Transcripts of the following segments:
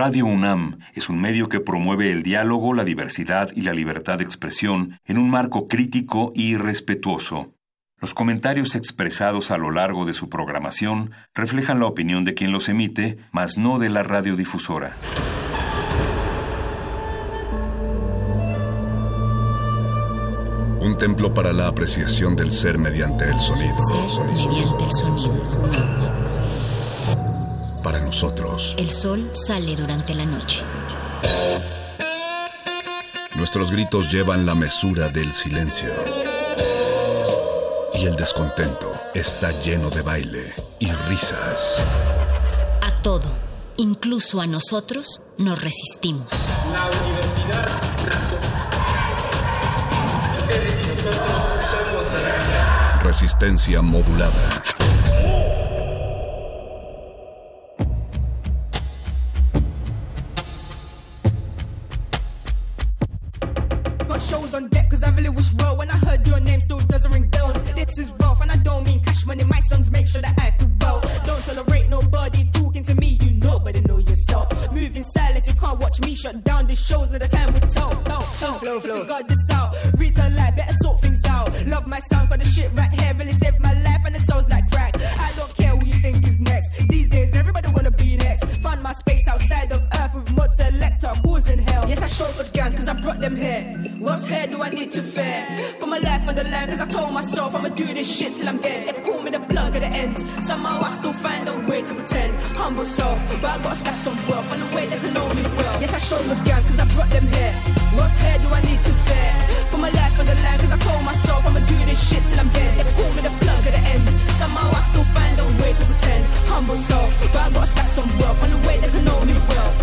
Radio UNAM es un medio que promueve el diálogo, la diversidad y la libertad de expresión en un marco crítico y respetuoso. Los comentarios expresados a lo largo de su programación reflejan la opinión de quien los emite, mas no de la radiodifusora. Un templo para la apreciación del ser mediante el sonido. Mediante el sonido. Para nosotros, el sol sale durante la noche. Nuestros gritos llevan la mesura del silencio. Y el descontento está lleno de baile y risas. A todo, incluso a nosotros, nos resistimos. La universidad ustedes y nosotros somos de la Resistencia modulada. Shows on deck cause I really wish well. When I heard your name still doesn't ring bells. This is rough and I don't mean cash money. My songs make sure that I feel well. Don't tolerate nobody talking to me. You know better know yourself. Move in silence, you can't watch me shut down the shows at the time we tell. Flow, figure this out. Return life, better sort things out. Love my sound for the shit right here. Really saved my life and it sounds like crack. I don't care who you think is next. These days everybody wanna be next. Found my space outside of earth with mud selector causing hell. Yes I showed the gang cause I brought them here. What's here do I need to fear? Put my life on the line cause I told myself I'ma do this shit till I'm dead. They call me the plug at the end. Somehow I still find a way to pretend. Humble self, but I gotta stash some wealth on the way they can know me well. Yes I showed the gang cause I brought them here. What's here do I need to fear? Put my life on the line cause I told myself I'ma do this shit till I'm dead. They call me the plug at the end. Somehow I still find a way to pretend. Humble self, but I gotta stash some wealth on the way they can know me well.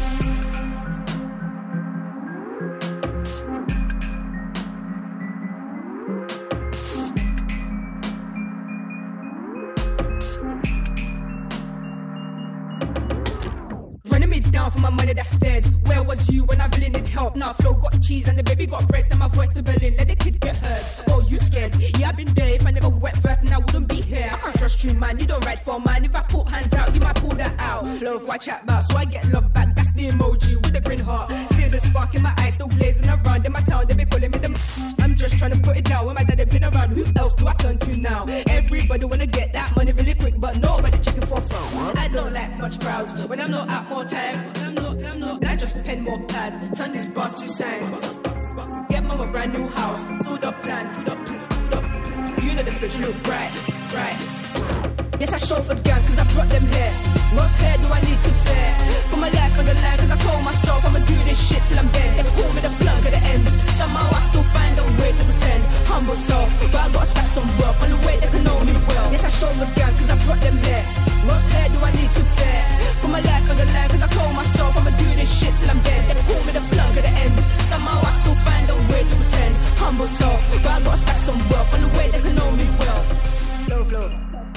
Down for my money that's dead. Where was you when I really need help? Now Flo got cheese and the baby got bread. And my voice to Berlin, let the kid get hurt. Oh, you scared? Yeah, I've been there. If I never went first, then I wouldn't be here. I can't trust you, man. You don't write for man. If I put hands out, you might pull that out. Flo, what chat about? So I get love back. That's the emoji with a green heart. Feel the spark in my eyes, still blazing around. In my town, they be calling me the. I'm just trying to put it down. When my daddy been around, who else do I turn to now? Everybody wanna get that money really quick, but nobody checking for phone. I don't like much crowds. When I'm not out more time, I just pen more pad, turn this bus to sign. Get mom a brand new house, stood up plan, put up. You know the future look bright. Yes, I show for the gang cause I brought them here. What's here do I need to fear? Put my life on the line cause I told myself I'ma do this shit till I'm dead. They call me the plug at the end. Somehow I still find a way to pretend. Humble self, but I gotta stash some wealth on the way they can know me well. Yes, I show for the gang cause I brought them here. What's here do I need to fear? Put my life on the line cause I told myself I'ma do this shit till I'm dead. They call me the plug at the end. Somehow I still find a way to pretend. Humble self, but I gotta stash some wealth on the way they can know me well. Flow.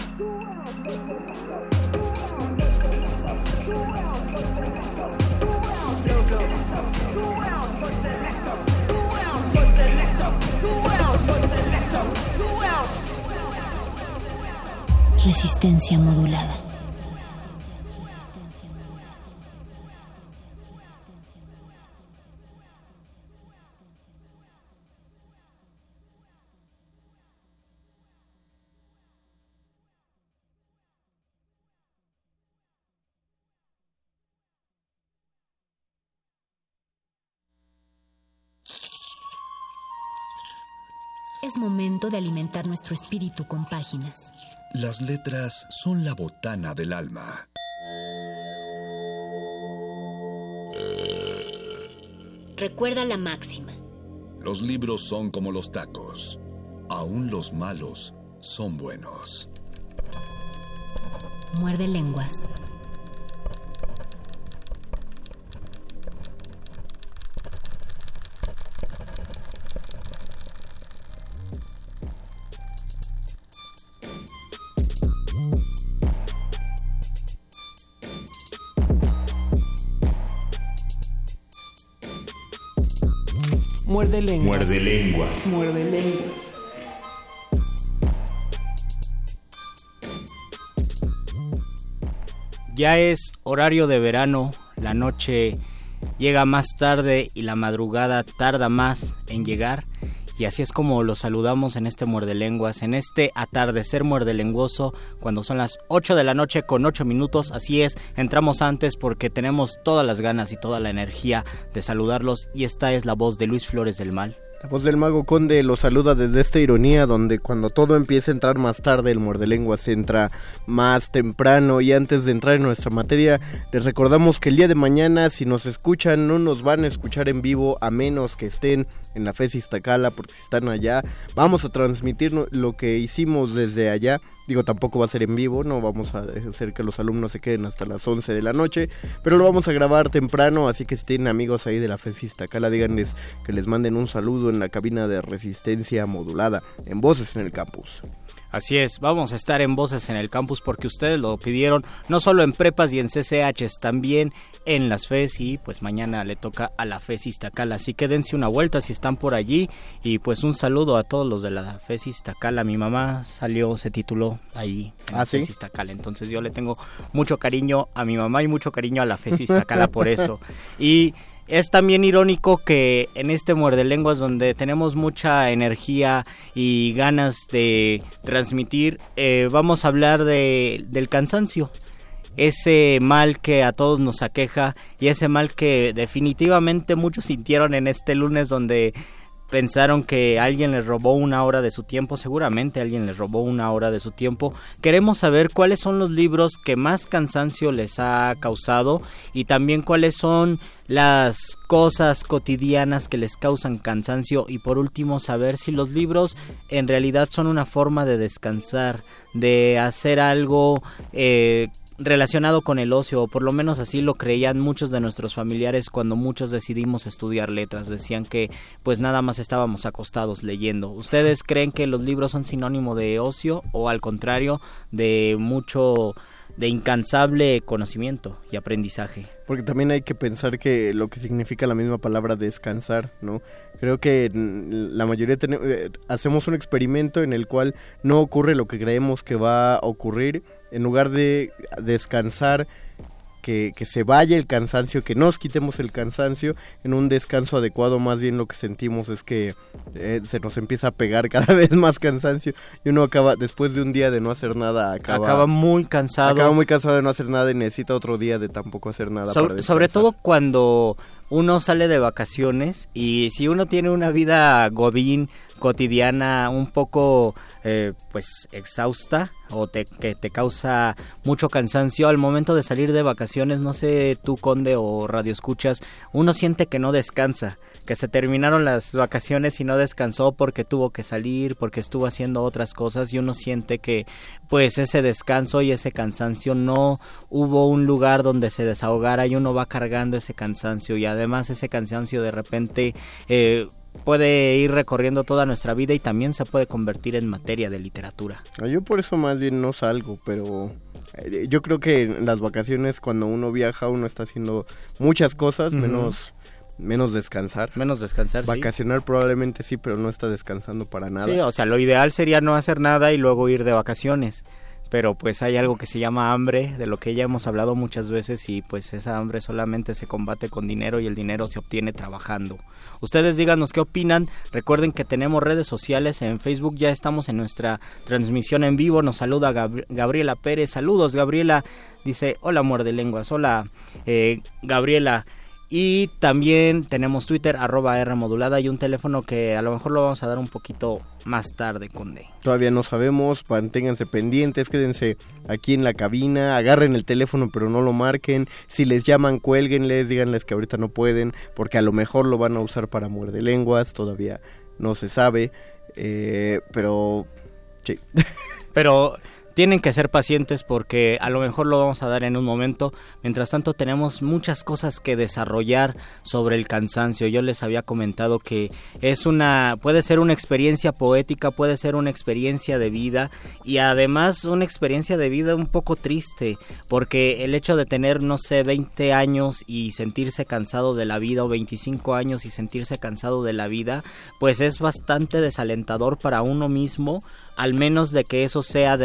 Resistencia modulada. Es momento de alimentar nuestro espíritu con páginas. Las letras son la botana del alma. Recuerda la máxima. Los libros son como los tacos. Aún los malos son buenos. Muerde lenguas. Muerde lenguas. Muerde lenguas. Muerde lenguas. Ya es horario de verano la noche llega más tarde y la madrugada tarda más en llegar. Y así es como los saludamos en este Muerdelenguas, en este atardecer muerdelenguoso, cuando son las 8 de la noche con 8 minutos. Así es, entramos antes porque tenemos todas las ganas y toda la energía de saludarlos. Y esta es la voz de Luis Flores del Mal. La voz del Mago Conde los saluda desde esta ironía donde cuando todo empieza a entrar más tarde, el Muerdelenguas entra más temprano. Y antes de entrar en nuestra materia, les recordamos que el día de mañana, si nos escuchan, no nos van a escuchar en vivo a menos que estén en la FES Iztacala, porque si están allá, vamos a transmitir lo que hicimos desde allá. Digo, tampoco va a ser en vivo, no vamos a hacer que los alumnos se queden hasta las 11 de la noche, pero lo vamos a grabar temprano, así que si tienen amigos ahí de la FES Iztacala, díganles que les manden un saludo en la cabina de resistencia modulada, en Voces en el Campus. Así es, vamos a estar en Voces en el Campus porque ustedes lo pidieron, no solo en prepas y en CCHs, también en las FES, y pues mañana le toca a la FES Iztacala, así que dense una vuelta si están por allí. Y pues un saludo a todos los de la FES Iztacala. Mi mamá se tituló ahí en la FES Iztacala, entonces yo le tengo mucho cariño a mi mamá y mucho cariño a la FES Iztacala por eso. Y es también irónico que en este Muerdelenguas, donde tenemos mucha energía y ganas de transmitir, vamos a hablar del cansancio. Ese mal que a todos nos aqueja y ese mal que definitivamente muchos sintieron en este lunes, donde pensaron que alguien les robó una hora de su tiempo. Seguramente alguien les robó una hora de su tiempo. Queremos saber cuáles son los libros que más cansancio les ha causado y también cuáles son las cosas cotidianas que les causan cansancio. Y por último, saber si los libros en realidad son una forma de descansar, de hacer algo relacionado con el ocio, o por lo menos así lo creían muchos de nuestros familiares cuando muchos decidimos estudiar letras. Decían que pues nada más estábamos acostados leyendo. ¿Ustedes creen que los libros son sinónimo de ocio o al contrario de incansable conocimiento y aprendizaje? Porque también hay que pensar que lo que significa la misma palabra descansar, ¿no? Creo que la mayoría hacemos un experimento en el cual no ocurre lo que creemos que va a ocurrir. En lugar de descansar, que se vaya el cansancio, que nos quitemos el cansancio. En un descanso adecuado, más bien lo que sentimos es que se nos empieza a pegar cada vez más cansancio y uno acaba, después de un día de no hacer nada, acaba muy cansado de no hacer nada y necesita otro día de tampoco hacer nada para descansar. Sobre todo cuando uno sale de vacaciones y si uno tiene una vida godín, cotidiana, un poco pues exhausta o que te causa mucho cansancio al momento de salir de vacaciones, no sé tú, Conde o Radio Escuchas, uno siente que no descansa, que se terminaron las vacaciones y no descansó porque tuvo que salir, porque estuvo haciendo otras cosas, y uno siente que pues ese descanso y ese cansancio no hubo un lugar donde se desahogara y uno va cargando ese cansancio, y además ese cansancio de repente puede ir recorriendo toda nuestra vida y también se puede convertir en materia de literatura. Yo por eso más bien no salgo, pero yo creo que en las vacaciones cuando uno viaja uno está haciendo muchas cosas, menos descansar. Menos descansar, vacacionar sí. Probablemente sí, pero no está descansando para nada. Sí, o sea, lo ideal sería no hacer nada y luego ir de vacaciones. Pero pues hay algo que se llama hambre, de lo que ya hemos hablado muchas veces, y pues esa hambre solamente se combate con dinero y el dinero se obtiene trabajando. Ustedes díganos qué opinan. Recuerden que tenemos redes sociales. En Facebook ya estamos en nuestra transmisión en vivo. Nos saluda Gabriela Pérez. Saludos, Gabriela. Dice, hola Muerdelenguas. Hola, Gabriela. Y también tenemos Twitter, @Rmodulada, y un teléfono que a lo mejor lo vamos a dar un poquito más tarde, Conde. Todavía no sabemos, manténganse pendientes, quédense aquí en la cabina, agarren el teléfono pero no lo marquen, si les llaman cuélguenles, díganles que ahorita no pueden, porque a lo mejor lo van a usar para Muerdelenguas, todavía no se sabe, pero sí. Pero tienen que ser pacientes porque a lo mejor lo vamos a dar en un momento. Mientras tanto tenemos muchas cosas que desarrollar sobre el cansancio. Yo les había comentado que puede ser una experiencia poética, puede ser una experiencia de vida, y además una experiencia de vida un poco triste, porque el hecho de tener, no sé, 20 años y sentirse cansado de la vida, o 25 años y sentirse cansado de la vida, pues es bastante desalentador para uno mismo, al menos de que eso sea de repente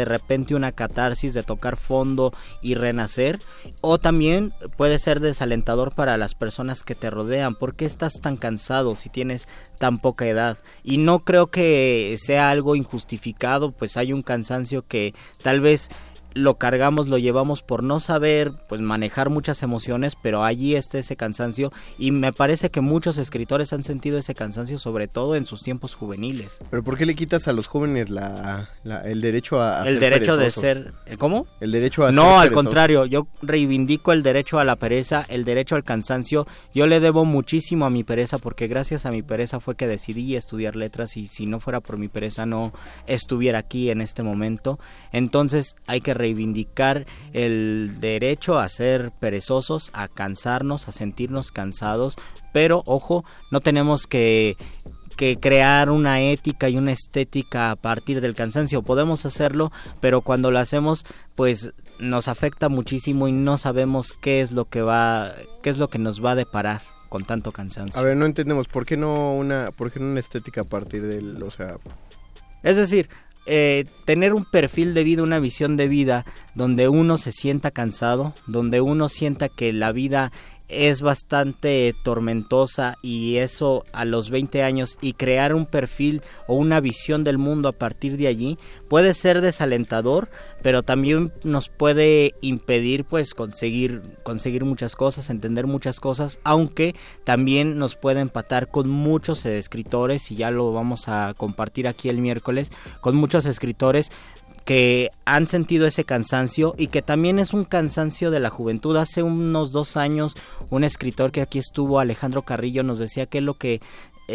simplemente una catarsis de tocar fondo y renacer, o también puede ser desalentador para las personas que te rodean. ¿Por qué estás tan cansado si tienes tan poca edad? Y no creo que sea algo injustificado, pues hay un cansancio que tal vez lo cargamos, lo llevamos por no saber pues manejar muchas emociones, pero allí está ese cansancio, y me parece que muchos escritores han sentido ese cansancio, sobre todo en sus tiempos juveniles. ¿Pero por qué le quitas a los jóvenes el derecho a el ser derecho perezosos? de ser, ¿cómo? El derecho a ser No, al perezosos. contrario, yo reivindico el derecho a la pereza, el derecho al cansancio. Yo le debo muchísimo a mi pereza, porque gracias a mi pereza fue que decidí estudiar letras, y si no fuera por mi pereza no estuviera aquí en este momento. Entonces hay que reivindicar el derecho a ser perezosos, a cansarnos, a sentirnos cansados, pero ojo, no tenemos que crear una ética y una estética a partir del cansancio. Podemos hacerlo, pero cuando lo hacemos pues nos afecta muchísimo y no sabemos qué es lo que nos va a deparar con tanto cansancio. A ver, no entendemos, ¿por qué no una estética a partir del, o sea... Es decir, tener un perfil de vida, una visión de vida donde uno se sienta cansado, donde uno sienta que la vida es bastante tormentosa, y eso a los 20 años, y crear un perfil o una visión del mundo a partir de allí puede ser desalentador, pero también nos puede impedir pues conseguir muchas cosas, entender muchas cosas, aunque también nos puede empatar con muchos escritores, y ya lo vamos a compartir aquí el miércoles, con muchos escritores que han sentido ese cansancio, y que también es un cansancio de la juventud. Hace unos 2 años un escritor que aquí estuvo, Alejandro Carrillo, nos decía que lo que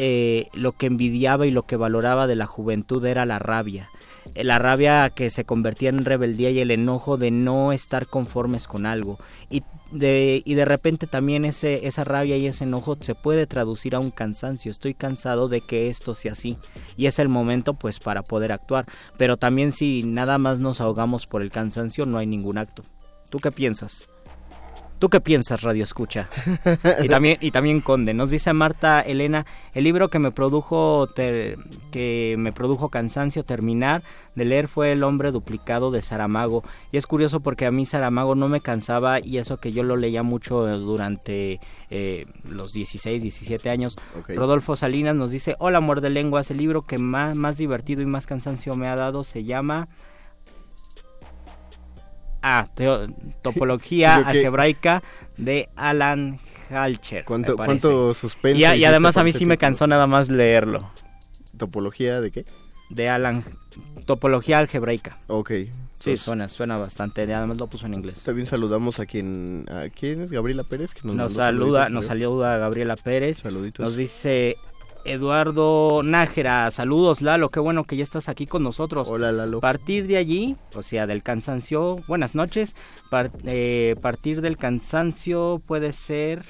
envidiaba y lo que valoraba de la juventud era la rabia que se convertía en rebeldía, y el enojo de no estar conformes con algo, y de repente también esa rabia y ese enojo se puede traducir a un cansancio. Estoy cansado de que esto sea así, y es el momento pues para poder actuar, pero también si nada más nos ahogamos por el cansancio no hay ningún acto. ¿Tú qué piensas? ¿Tú qué piensas, Radio Escucha? Y también Conde. Nos dice Marta Elena, el libro que me produjo cansancio terminar de leer fue El hombre duplicado de Saramago. Y es curioso porque a mí Saramago no me cansaba, y eso que yo lo leía mucho durante los 16, 17 años. Okay. Rodolfo Salinas nos dice, hola, Muerde Lenguas, el libro que más divertido y más cansancio me ha dado se llama... Topología algebraica de Alan Halcher. ¿Cuánto suspenso? Y además a mí sí me cansó nada más leerlo. ¿Topología de qué? De Alan. Topología algebraica. Ok. Sí, suena bastante. Además lo puso en inglés. También saludamos a quién es Gabriela Pérez, que nos saluda Gabriela Pérez. Saluditos. Nos dice Eduardo Nájera, saludos Lalo, qué bueno que ya estás aquí con nosotros. Hola Lalo. Partir de allí, o sea, del cansancio, buenas noches, partir del cansancio puede ser...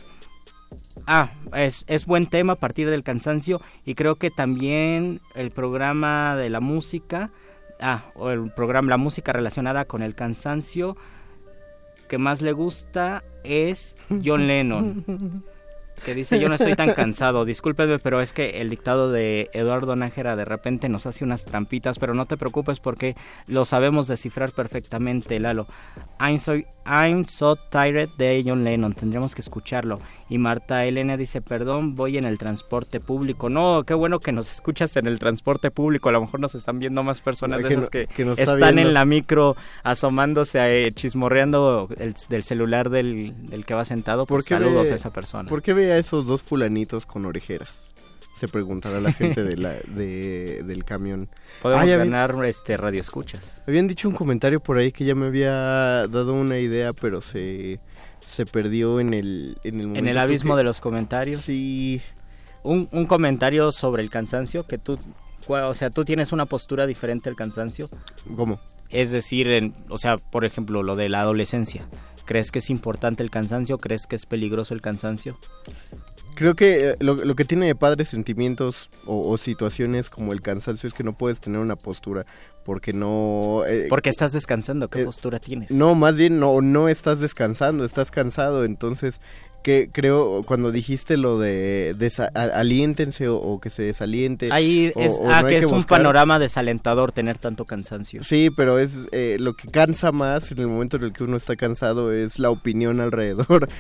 es buen tema, partir del cansancio, y creo que también el programa de la música, la música relacionada con el cansancio que más le gusta es John Lennon. Que dice, yo no estoy tan cansado, discúlpeme, pero es que el dictado de Eduardo Nájera de repente nos hace unas trampitas, pero no te preocupes porque lo sabemos descifrar perfectamente, Lalo. I'm so tired de John Lennon, tendríamos que escucharlo. Y Marta Elena dice, perdón, voy en el transporte público. No, qué bueno que nos escuchas en el transporte público, a lo mejor nos están viendo más personas de esas que están en la micro asomándose, chismorreando del celular del que va sentado. Pues saludos a esa persona. ¿Por qué ve a esos dos fulanitos con orejeras? Se preguntará la gente del camión. Podemos ganar radio escuchas. Habían dicho un comentario por ahí que ya me había dado una idea, pero se perdió en el momento. En el abismo de los comentarios. Sí. Un comentario sobre el cansancio que tú tienes una postura diferente al cansancio. ¿Cómo? Es decir, por ejemplo, lo de la adolescencia. ¿Crees que es importante el cansancio? ¿Crees que es peligroso el cansancio? Creo que lo que tiene de padres sentimientos o situaciones como el cansancio es que no puedes tener una postura porque no... porque estás descansando, ¿qué postura tienes? No, más bien no estás descansando, estás cansado, entonces que creo cuando dijiste lo de aliéntense o que se desaliente. Ahí es, no que es un panorama desalentador tener tanto cansancio. Sí, pero es lo que cansa más en el momento en el que uno está cansado es la opinión alrededor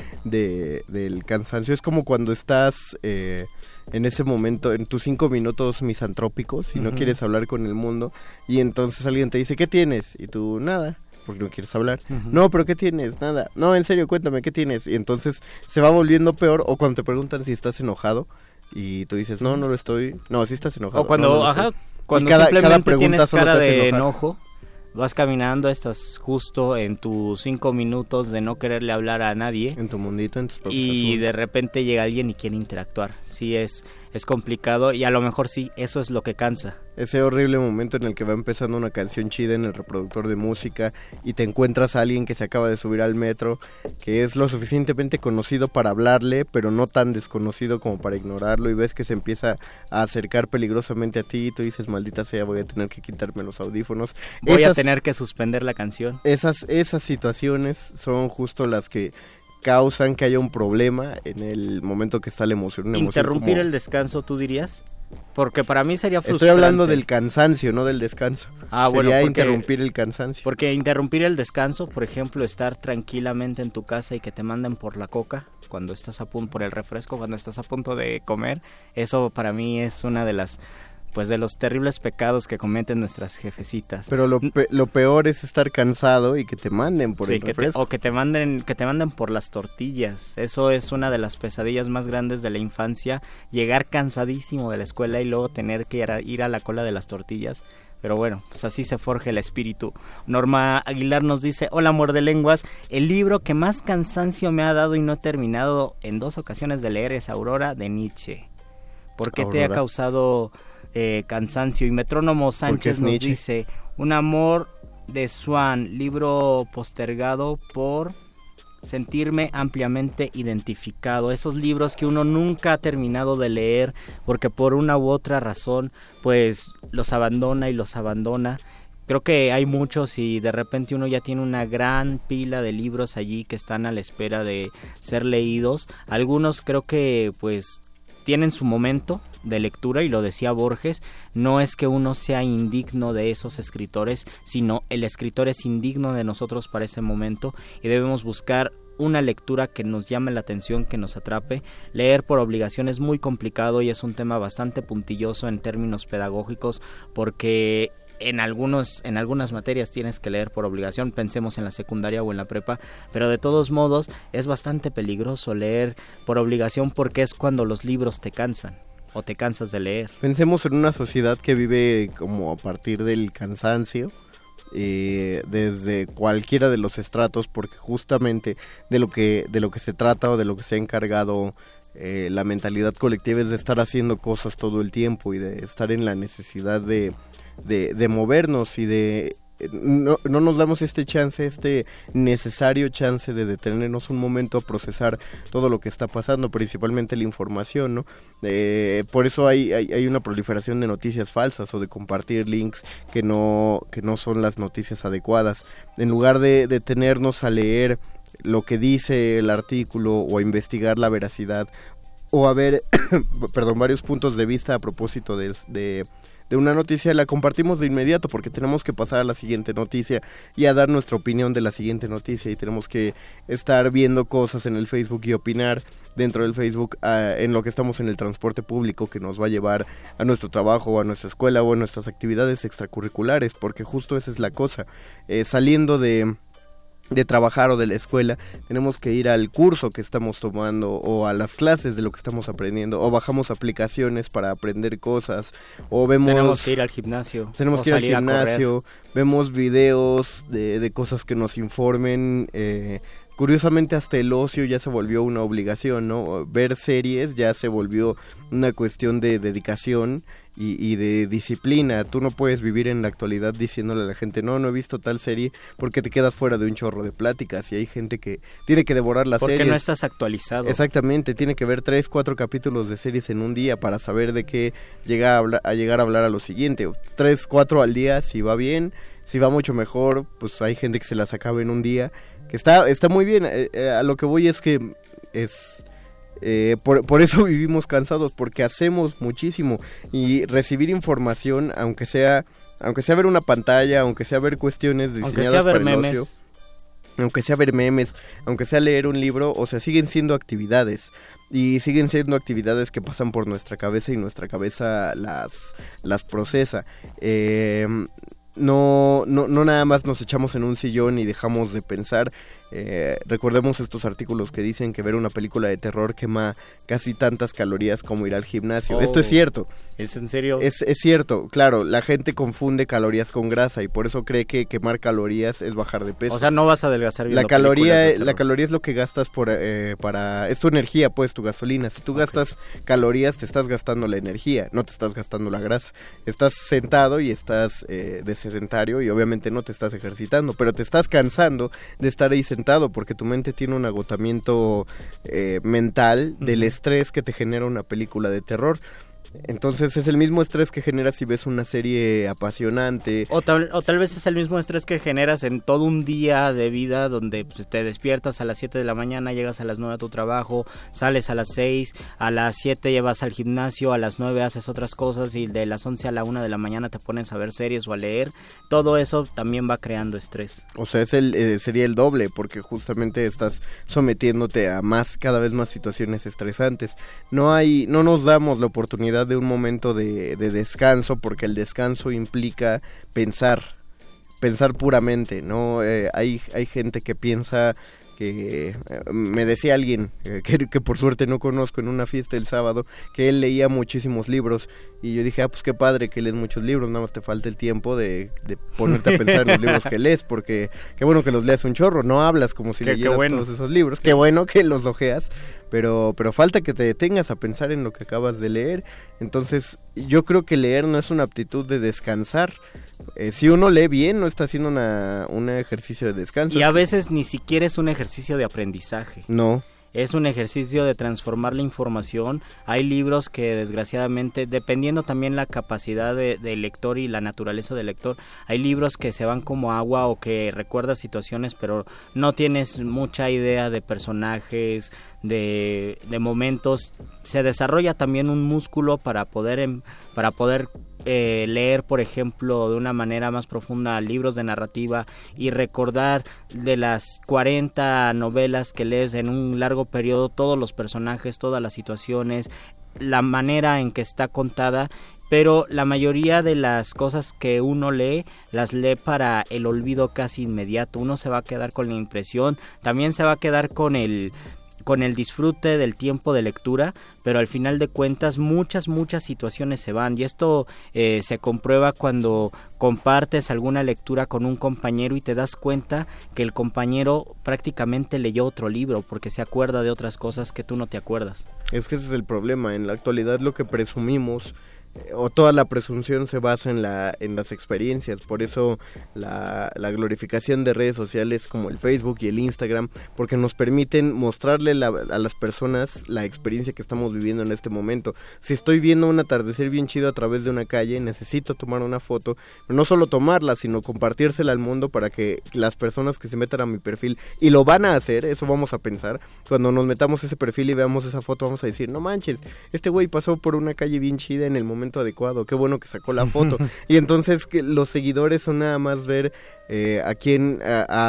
del cansancio. Es como cuando estás en ese momento, en tus 5 minutos misantrópicos y no quieres hablar con el mundo y entonces alguien te dice, ¿qué tienes? Y tú, nada. Porque no quieres hablar. No, pero ¿qué tienes? Nada. No, en serio, cuéntame, ¿qué tienes? Y entonces se va volviendo peor. O cuando te preguntan si estás enojado y tú dices, no lo estoy. No, sí estás enojado. O cuando, no cuando simplemente tienes cara de enojo, vas caminando, estás justo en tus 5 minutos de no quererle hablar a nadie. En tu mundito, en tus propios y asuntos. de repente llega alguien y quiere interactuar. Sí, es complicado y a lo mejor sí, eso es lo que cansa. Ese horrible momento en el que va empezando una canción chida en el reproductor de música y te encuentras a alguien que se acaba de subir al metro, que es lo suficientemente conocido para hablarle, pero no tan desconocido como para ignorarlo, y ves que se empieza a acercar peligrosamente a ti y tú dices, maldita sea, voy a tener que quitarme los audífonos. Voy a tener que suspender la canción. Esas situaciones son justo las que causan que haya un problema en el momento que está la emoción. ¿Interrumpir el descanso, tú dirías? Porque para mí sería frustrante. Estoy hablando del cansancio, no del descanso. Bueno, sería interrumpir el cansancio. Porque interrumpir el descanso, por ejemplo, estar tranquilamente en tu casa y que te manden por la coca cuando estás a punto, por el refresco cuando estás a punto de comer, eso para mí es una de las... pues de los terribles pecados que cometen nuestras jefecitas. Pero lo peor es estar cansado y que te manden por el refresco. O que te manden por las tortillas. Eso es una de las pesadillas más grandes de la infancia, llegar cansadísimo de la escuela y luego tener que ir a la cola de las tortillas. Pero bueno, pues así se forja el espíritu. Norma Aguilar nos dice, hola muerdelenguas, el libro que más cansancio me ha dado y no he terminado en 2 ocasiones de leer es Aurora de Nietzsche. ¿Por qué te ha causado cansancio? Y Metrónomo Sánchez nos dice, Un amor de Swann, libro postergado por sentirme ampliamente identificado. Esos libros que uno nunca ha terminado de leer porque por una u otra razón pues los abandona. Creo que hay muchos y de repente uno ya tiene una gran pila de libros allí que están a la espera de ser leídos. Algunos creo que pues tienen su momento de lectura, y lo decía Borges, no es que uno sea indigno de esos escritores, sino el escritor es indigno de nosotros para ese momento, y debemos buscar una lectura que nos llame la atención, que nos atrape. Leer por obligación es muy complicado y es un tema bastante puntilloso en términos pedagógicos, porque en algunas materias tienes que leer por obligación, pensemos en la secundaria o en la prepa, pero de todos modos es bastante peligroso leer por obligación porque es cuando los libros te cansan o te cansas de leer. Pensemos en una sociedad que vive como a partir del cansancio, desde cualquiera de los estratos, porque justamente de lo que se trata o de lo que se ha encargado la mentalidad colectiva es de estar haciendo cosas todo el tiempo y de estar en la necesidad de movernos y de no nos damos este necesario chance de detenernos un momento a procesar todo lo que está pasando, principalmente la información, ¿no? Por eso hay una proliferación de noticias falsas o de compartir links que no son las noticias adecuadas. En lugar de detenernos a leer lo que dice el artículo o a investigar la veracidad o a ver varios puntos de vista a propósito de una noticia, la compartimos de inmediato porque tenemos que pasar a la siguiente noticia y a dar nuestra opinión de la siguiente noticia, y tenemos que estar viendo cosas en el Facebook y opinar dentro del Facebook en lo que estamos en el transporte público que nos va a llevar a nuestro trabajo o a nuestra escuela o a nuestras actividades extracurriculares, porque justo esa es la cosa. Saliendo de trabajar o de la escuela, tenemos que ir al curso que estamos tomando o a las clases de lo que estamos aprendiendo, o bajamos aplicaciones para aprender cosas, o tenemos que ir al gimnasio, vemos videos de cosas que nos informen. Curiosamente hasta el ocio ya se volvió una obligación, ¿no? Ver series ya se volvió una cuestión de dedicación y de disciplina. Tú no puedes vivir en la actualidad diciéndole a la gente, no he visto tal serie, porque te quedas fuera de un chorro de pláticas, y hay gente que tiene que devorar las series. Porque no estás actualizado. Exactamente, tiene que ver 3-4 capítulos de series en un día para saber de qué llegar a hablar a lo siguiente. 3-4 al día si va bien, si va mucho mejor, pues hay gente que se las acaba en un día, que está muy bien. A lo que voy es que por eso vivimos cansados, porque hacemos muchísimo, y recibir información, aunque sea ver una pantalla, aunque sea ver cuestiones diseñadas para el ocio, aunque sea ver memes, aunque sea leer un libro, o sea, siguen siendo actividades. Y siguen siendo actividades que pasan por nuestra cabeza y nuestra cabeza las procesa. No nada más nos echamos en un sillón y dejamos de pensar. Recordemos estos artículos que dicen que ver una película de terror quema casi tantas calorías como ir al gimnasio. Esto es cierto. ¿Es en serio? Es cierto, claro, la gente confunde calorías con grasa y por eso cree que quemar calorías es bajar de peso. O sea, no vas a adelgazar bien. La caloría es lo que gastas es tu energía, pues, tu gasolina. Si tú gastas calorías, te estás gastando la energía, no te estás gastando la grasa. Estás sentado y estás de sedentario y obviamente no te estás ejercitando, pero te estás cansando de estar ahí sentado porque tu mente tiene un agotamiento mental del estrés que te genera una película de terror. Entonces es el mismo estrés que generas si ves una serie apasionante. O tal vez es el mismo estrés que generas en todo un día de vida donde pues, te despiertas a las 7 de la mañana, llegas a las 9 a tu trabajo, sales a las 6, a las 7 llevas al gimnasio, a las 9 haces otras cosas y de las 11 a la 1 de la mañana te pones a ver series o a leer. Todo eso también va creando estrés. O sea, sería el doble porque justamente estás sometiéndote a cada vez más situaciones estresantes. No nos damos la oportunidad de un momento de descanso porque el descanso implica pensar puramente, ¿no? Hay gente que piensa que me decía alguien que por suerte no conozco en una fiesta el sábado que él leía muchísimos libros y yo dije, pues qué padre que lees muchos libros, nada más te falta el tiempo de ponerte a pensar en los libros que lees, porque qué bueno que los leas un chorro, no hablas como si leyeras todos esos libros, qué bueno que los ojeas, pero falta que te detengas a pensar en lo que acabas de leer. Entonces yo creo que leer no es una aptitud de descansar. Si uno lee bien, no está haciendo un ejercicio de descanso. Y a veces ni siquiera es un ejercicio de aprendizaje. No. Es un ejercicio de transformar la información. Hay libros que desgraciadamente, dependiendo también la capacidad del lector y la naturaleza del lector, hay libros que se van como agua o que recuerdas situaciones pero no tienes mucha idea de personajes, de momentos. Se desarrolla también un músculo para poder leer, por ejemplo, de una manera más profunda libros de narrativa y recordar de las 40 novelas que lees en un largo periodo todos los personajes, todas las situaciones, la manera en que está contada. Pero la mayoría de las cosas que uno lee, las lee para el olvido casi inmediato. Uno se va a quedar con la impresión, también se va a quedar con el disfrute del tiempo de lectura, pero al final de cuentas muchas situaciones se van, y esto se comprueba cuando compartes alguna lectura con un compañero y te das cuenta que el compañero prácticamente leyó otro libro porque se acuerda de otras cosas que tú no te acuerdas. Es que ese es el problema, en la actualidad lo que presumimos o toda la presunción se basa en las experiencias, por eso la glorificación de redes sociales como el Facebook y el Instagram, porque nos permiten mostrarle a las personas la experiencia que estamos viviendo en este momento. Si estoy viendo un atardecer bien chido a través de una calle, necesito tomar una foto, pero no solo tomarla, sino compartírsela al mundo para que las personas que se metan a mi perfil, y lo van a hacer, eso vamos a pensar, cuando nos metamos ese perfil y veamos esa foto vamos a decir, no manches, este güey pasó por una calle bien chida en el momento adecuado, qué bueno que sacó la foto. Y entonces que los seguidores son nada más ver a quién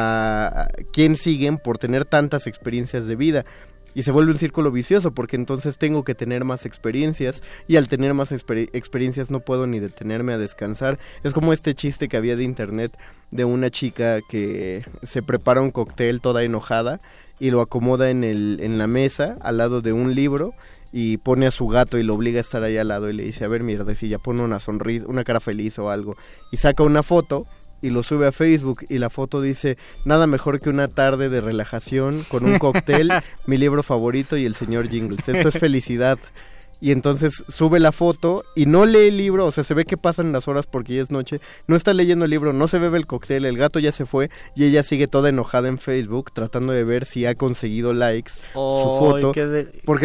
siguen por tener tantas experiencias de vida. Y se vuelve un círculo vicioso porque entonces tengo que tener más experiencias y al tener más experiencias no puedo ni detenerme a descansar. Es como este chiste que había de internet de una chica que se prepara un cóctel toda enojada y lo acomoda en la mesa al lado de un libro y pone a su gato y lo obliga a estar ahí al lado y le dice, a ver, mierdecilla, pone una sonrisa, una cara feliz o algo, y saca una foto y lo sube a Facebook y la foto dice, nada mejor que una tarde de relajación con un cóctel, mi libro favorito y el señor Jingles, esto es felicidad. Y entonces sube la foto y no lee el libro, o sea, se ve que pasan las horas porque ya es noche, no está leyendo el libro, no se bebe el cóctel, el gato ya se fue y ella sigue toda enojada en Facebook tratando de ver si ha conseguido likes su foto, porque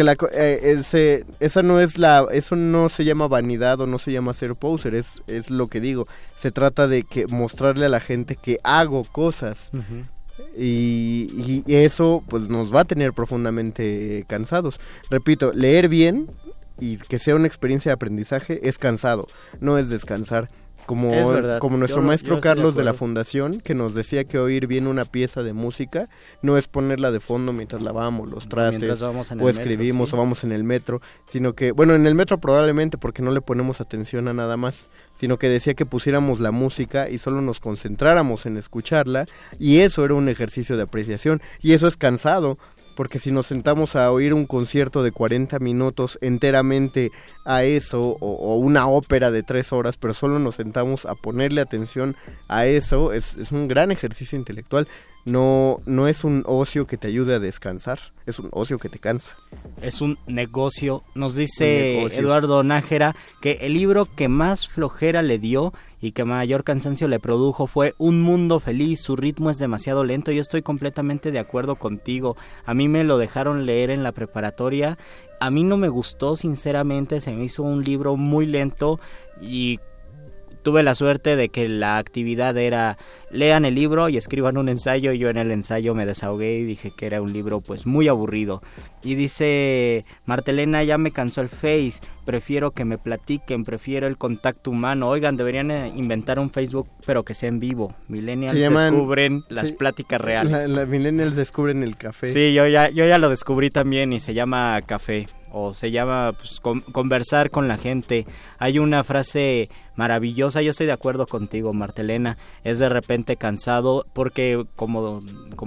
eso no se llama vanidad o no se llama ser poser, es lo que digo, se trata de que mostrarle a la gente que hago cosas. Y eso pues nos va a tener profundamente cansados. Repito, leer bien y que sea una experiencia de aprendizaje es cansado, no es descansar. Como nuestro maestro Carlos de la Fundación, que nos decía que oír bien una pieza de música no es ponerla de fondo mientras lavamos los trastes o escribimos o vamos en el metro, sino que, bueno, en el metro probablemente porque no le ponemos atención a nada más, sino que decía que pusiéramos la música y solo nos concentráramos en escucharla, y eso era un ejercicio de apreciación, y eso es cansado. Porque si nos sentamos a oír un concierto de 40 minutos enteramente a eso, o una ópera de 3 horas, pero solo nos sentamos a ponerle atención a eso, es un gran ejercicio intelectual. No es un ocio que te ayude a descansar, es un ocio que te cansa. Es un negocio. Nos dice Eduardo Nájera que el libro que más flojera le dio y que mayor cansancio le produjo fue Un Mundo Feliz. Su ritmo es demasiado lento. Yo estoy completamente de acuerdo contigo. A mí me lo dejaron leer en la preparatoria. A mí no me gustó, sinceramente. Se me hizo un libro muy lento y tuve la suerte de que la actividad era lean el libro y escriban un ensayo, y yo en el ensayo me desahogué y dije que era un libro pues muy aburrido. Y dice Martelena, ya me cansó el Face, prefiero que me platiquen, prefiero el contacto humano. Oigan, deberían inventar un Facebook pero que sea en vivo. Millennials descubren las pláticas reales. La Millennials descubren el café. Sí, yo ya lo descubrí también y se llama café. O se llama pues, conversar con la gente. Hay una frase maravillosa, yo estoy de acuerdo contigo, Martelena, es de repente cansado porque como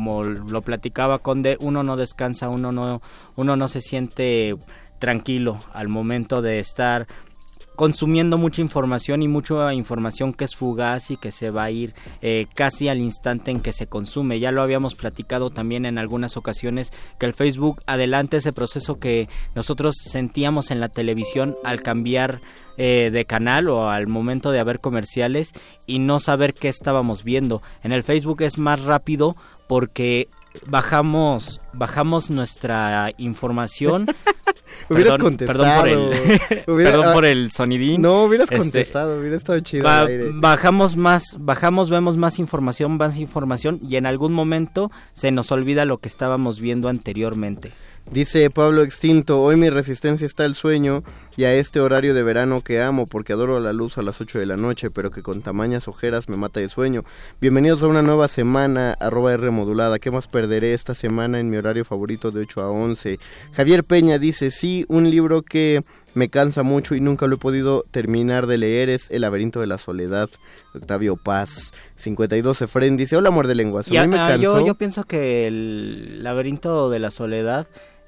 lo platicaba Conde, uno no descansa, uno no se siente tranquilo al momento de estar consumiendo mucha información, y mucha información que es fugaz y que se va a ir casi al instante en que se consume. Ya lo habíamos platicado también en algunas ocasiones, que el Facebook adelanta ese proceso que nosotros sentíamos en la televisión al cambiar de canal o al momento de haber comerciales y no saber qué estábamos viendo. En el Facebook es más rápido porque bajamos nuestra información. Hubieras contestado. Perdón por el sonidín. No, hubieras contestado, hubiera estado chido al aire. Vemos más información, y en algún momento se nos olvida lo que estábamos viendo anteriormente. Dice Pablo Extinto, hoy mi resistencia está al sueño y a este horario de verano que amo porque adoro la luz a las 8 de la noche, pero que con tamañas ojeras me mata de sueño. Bienvenidos a una nueva semana, @Rmodulada. ¿Qué más perderé esta semana en mi horario favorito de 8 a 11? Javier Peña dice, sí, un libro que me cansa mucho y nunca lo he podido terminar de leer es El laberinto de la soledad, Octavio Paz. 52 Efren dice, hola, muerde lenguas. A mí me cansó. Yo pienso que El laberinto de la soledad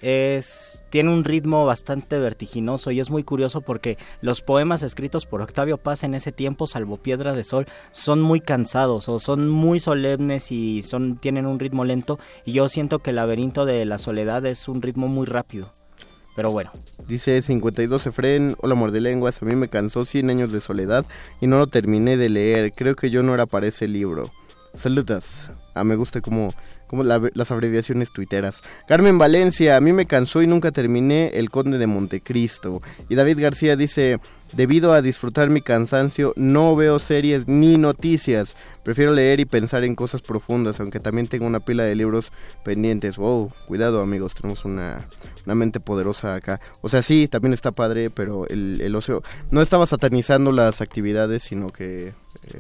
tiene un ritmo bastante vertiginoso y es muy curioso porque los poemas escritos por Octavio Paz en ese tiempo, salvo Piedra de Sol, son muy cansados o son muy solemnes y tienen un ritmo lento, y yo siento que El laberinto de la soledad es un ritmo muy rápido. Pero bueno. Dice 52 Efren, hola mordelenguas, a mí me cansó 100 años de soledad y no lo terminé de leer, creo que yo no era para ese libro. Saludos. Me gusta como las abreviaciones tuiteras. Carmen Valencia, a mí me cansó y nunca terminé El Conde de Montecristo. Y David García dice, debido a disfrutar mi cansancio, no veo series ni noticias. Prefiero leer y pensar en cosas profundas, aunque también tengo una pila de libros pendientes. Wow, cuidado amigos, tenemos una mente poderosa acá. O sea, sí, también está padre, pero el ocio... No estaba satanizando las actividades, sino que...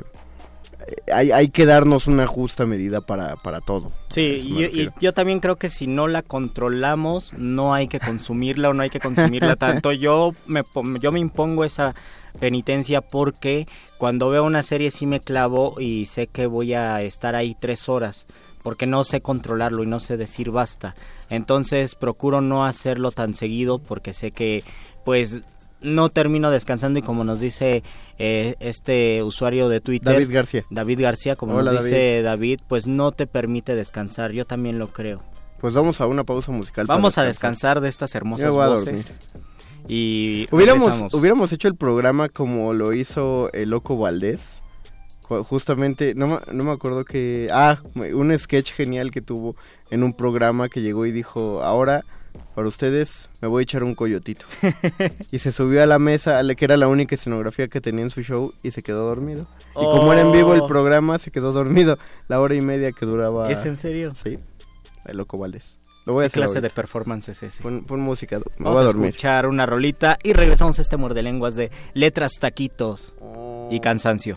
Hay que darnos una justa medida para todo. Sí, y yo también creo que si no la controlamos, no hay que consumirla o no hay que consumirla tanto. Yo me impongo esa penitencia porque cuando veo una serie sí me clavo y sé que voy a estar ahí 3 horas. Porque no sé controlarlo y no sé decir basta. Entonces procuro no hacerlo tan seguido porque sé que pues no termino descansando, y como nos dice este usuario de Twitter, David García, como Hola, nos dice David, pues no te permite descansar. Yo también lo creo. Pues vamos a una pausa musical. Vamos a descansar de estas hermosas voces. Y hubiéramos hecho el programa como lo hizo el Loco Valdés. Justamente, no me acuerdo que... un sketch genial que tuvo en un programa que llegó y dijo, ahora para ustedes me voy a echar un coyotito. Y se subió a la mesa, que era la única escenografía que tenía en su show, y se quedó dormido. Y como era en vivo el programa, se quedó dormido la hora y media que duraba. ¿Es en serio? Sí, el Loco Valdés. Lo voy a hacer ¿Qué clase ahorita. de performance es ese? Pon música, me Vamos voy a dormir. escuchar una rolita y regresamos a este muerde lenguas de letras, taquitos y cansancio.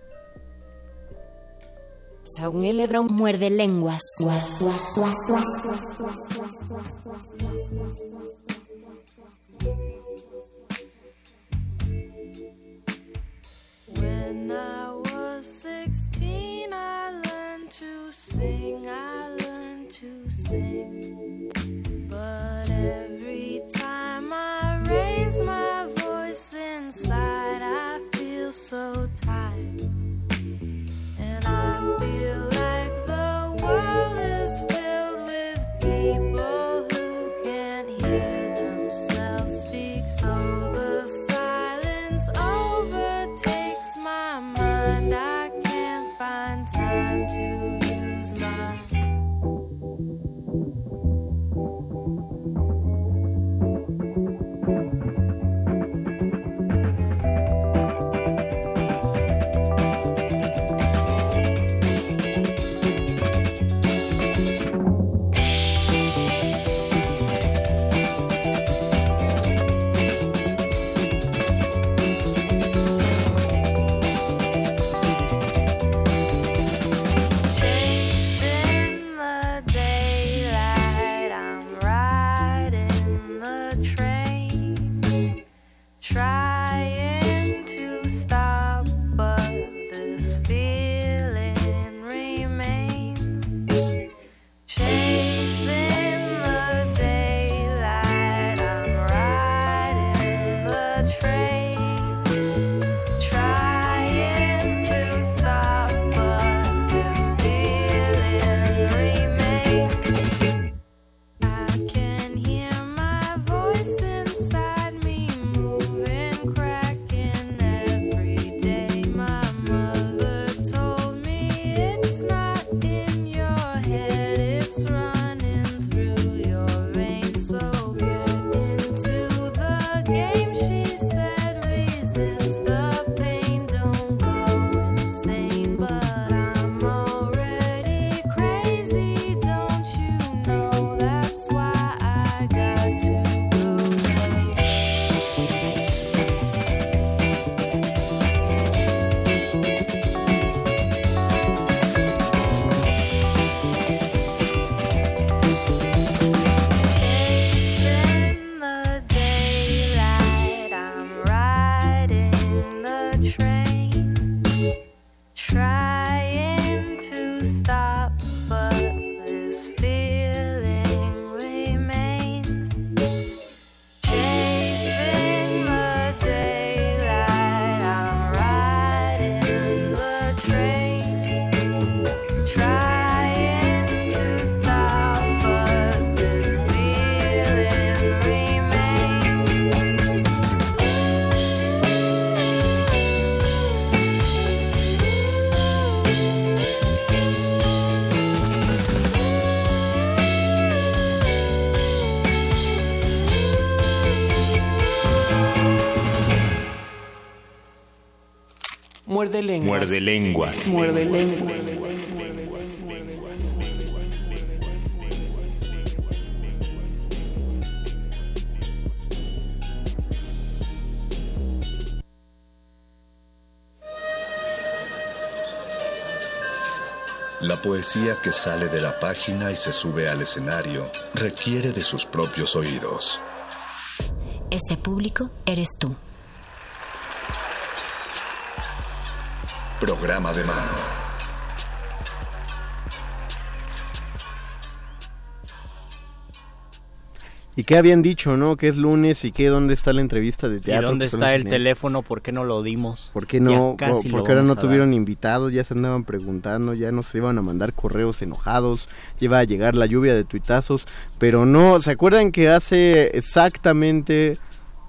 Muerde lenguas. When I was 16, I learned to sing, but every time I raise my voice inside, I feel so tired, and I feel like the world is filled with people who can't hear themselves speak, so the silence overtakes my mind. I can't find time to use my Muerde lenguas. Muerde lenguas. Muerde lenguas. La poesía que sale de la página y se sube al escenario requiere de sus propios oídos. Ese público eres tú. Programa de mano. ¿Y qué habían dicho, no? Que es lunes y que dónde está la entrevista de teatro. ¿Y dónde pues, está el teléfono? ¿Por qué no lo dimos? ¿Por qué no? Porque ahora no tuvieron invitados, ya se andaban preguntando, ya nos iban a mandar correos enojados, ya iba a llegar la lluvia de tuitazos, pero no, ¿se acuerdan que hace exactamente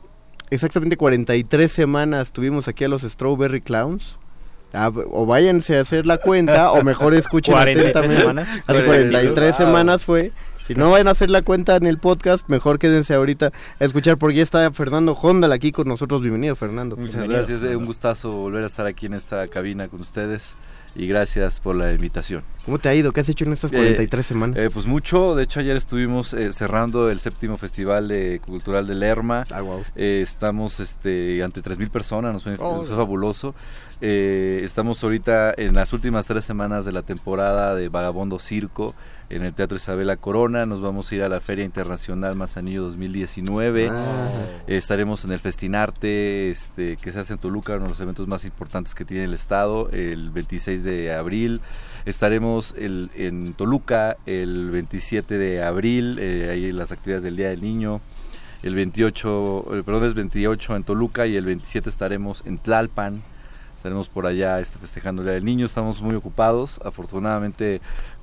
43 semanas tuvimos aquí a los Strawberry Clowns? O váyanse a hacer la cuenta, o mejor escuchen atentamente. Hace 43 semanas fue, Si no van a hacer la cuenta en el podcast, mejor quédense ahorita a escuchar, porque ya está Fernando Hondal aquí con nosotros. Bienvenido, Fernando. Muchas gracias, un gustazo volver a estar aquí en esta cabina con ustedes. Y gracias por la invitación. ¿Cómo te ha ido? ¿Qué has hecho en estas 43 semanas? Pues mucho, de hecho ayer estuvimos cerrando el 7º Festival Cultural de Lerma. Wow. Estamos ante 3,000 personas, nos fue fabuloso. Estamos ahorita en las últimas 3 semanas de la temporada de Vagabondo Circo en el Teatro Isabela Corona. Nos vamos a ir a la Feria Internacional Manzanillo 2019. Estaremos en el Festinarte que se hace en Toluca, uno de los eventos más importantes que tiene el estado, el 26 de abril. Estaremos en Toluca el 27 de abril, ahí las actividades del Día del Niño. El 28 en Toluca, y el 27 estaremos en Tlalpan. Estaremos por allá festejando el Día del Niño. Estamos muy ocupados, afortunadamente,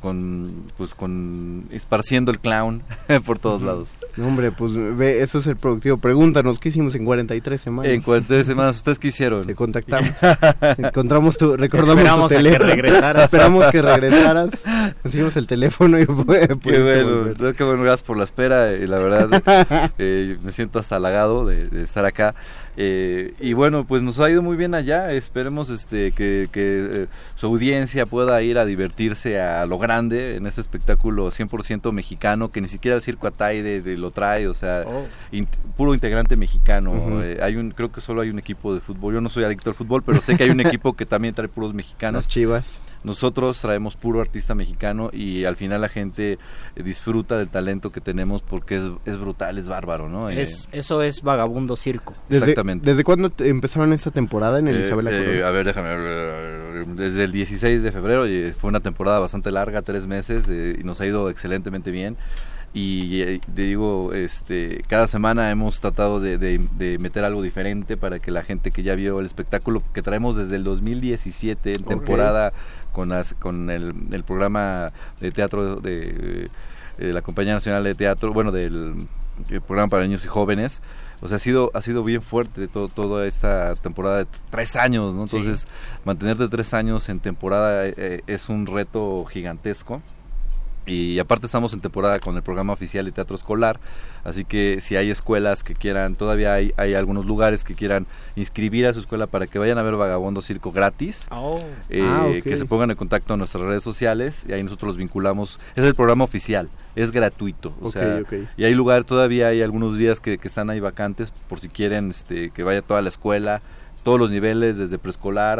con esparciendo el clown por todos lados. No, hombre, pues eso es el productivo. Pregúntanos, ¿qué hicimos en 43 semanas? En 43 semanas, ¿ustedes qué hicieron? Te contactamos, recordamos tu teléfono. Esperamos que regresaras. Conseguimos el teléfono y qué bueno, gracias por la espera. La verdad, me siento hasta halagado de estar acá. Y bueno, pues nos ha ido muy bien allá. Esperemos que su audiencia pueda ir a divertirse a lo grande en este espectáculo 100% mexicano, que ni siquiera el Circo Ataide lo trae, o sea, puro integrante mexicano. Creo que solo hay un equipo de fútbol. Yo no soy adicto al fútbol, pero sé que hay un equipo que también trae puros mexicanos. Las Chivas. Nosotros traemos puro artista mexicano, y al final la gente disfruta del talento que tenemos, porque es brutal, es bárbaro, ¿no? Eso es Vagabundo Circo. Exactamente. ¿Desde cuándo empezaron esta temporada en el Isabela Corona? A ver, déjame ver. Desde el 16 de febrero, y fue una temporada bastante larga, 3 meses, y nos ha ido excelentemente bien. Y te digo, cada semana hemos tratado de meter algo diferente para que la gente que ya vio el espectáculo, que traemos desde el 2017 en temporada con el programa de teatro de la Compañía Nacional de Teatro, del programa para niños y jóvenes. O sea, ha sido bien fuerte toda esta temporada de 3 años, ¿no? Entonces, mantenerte 3 años en temporada es un reto gigantesco. Y aparte estamos en temporada con el programa oficial de teatro escolar, así que si hay escuelas que quieran, todavía hay algunos lugares que quieran inscribir a su escuela para que vayan a ver Vagabondo Circo gratis, que se pongan en contacto en nuestras redes sociales, y ahí nosotros los vinculamos. Es el programa oficial, es gratuito, y hay lugar, todavía hay algunos días que están ahí vacantes, por si quieren que vaya toda la escuela, todos los niveles, desde preescolar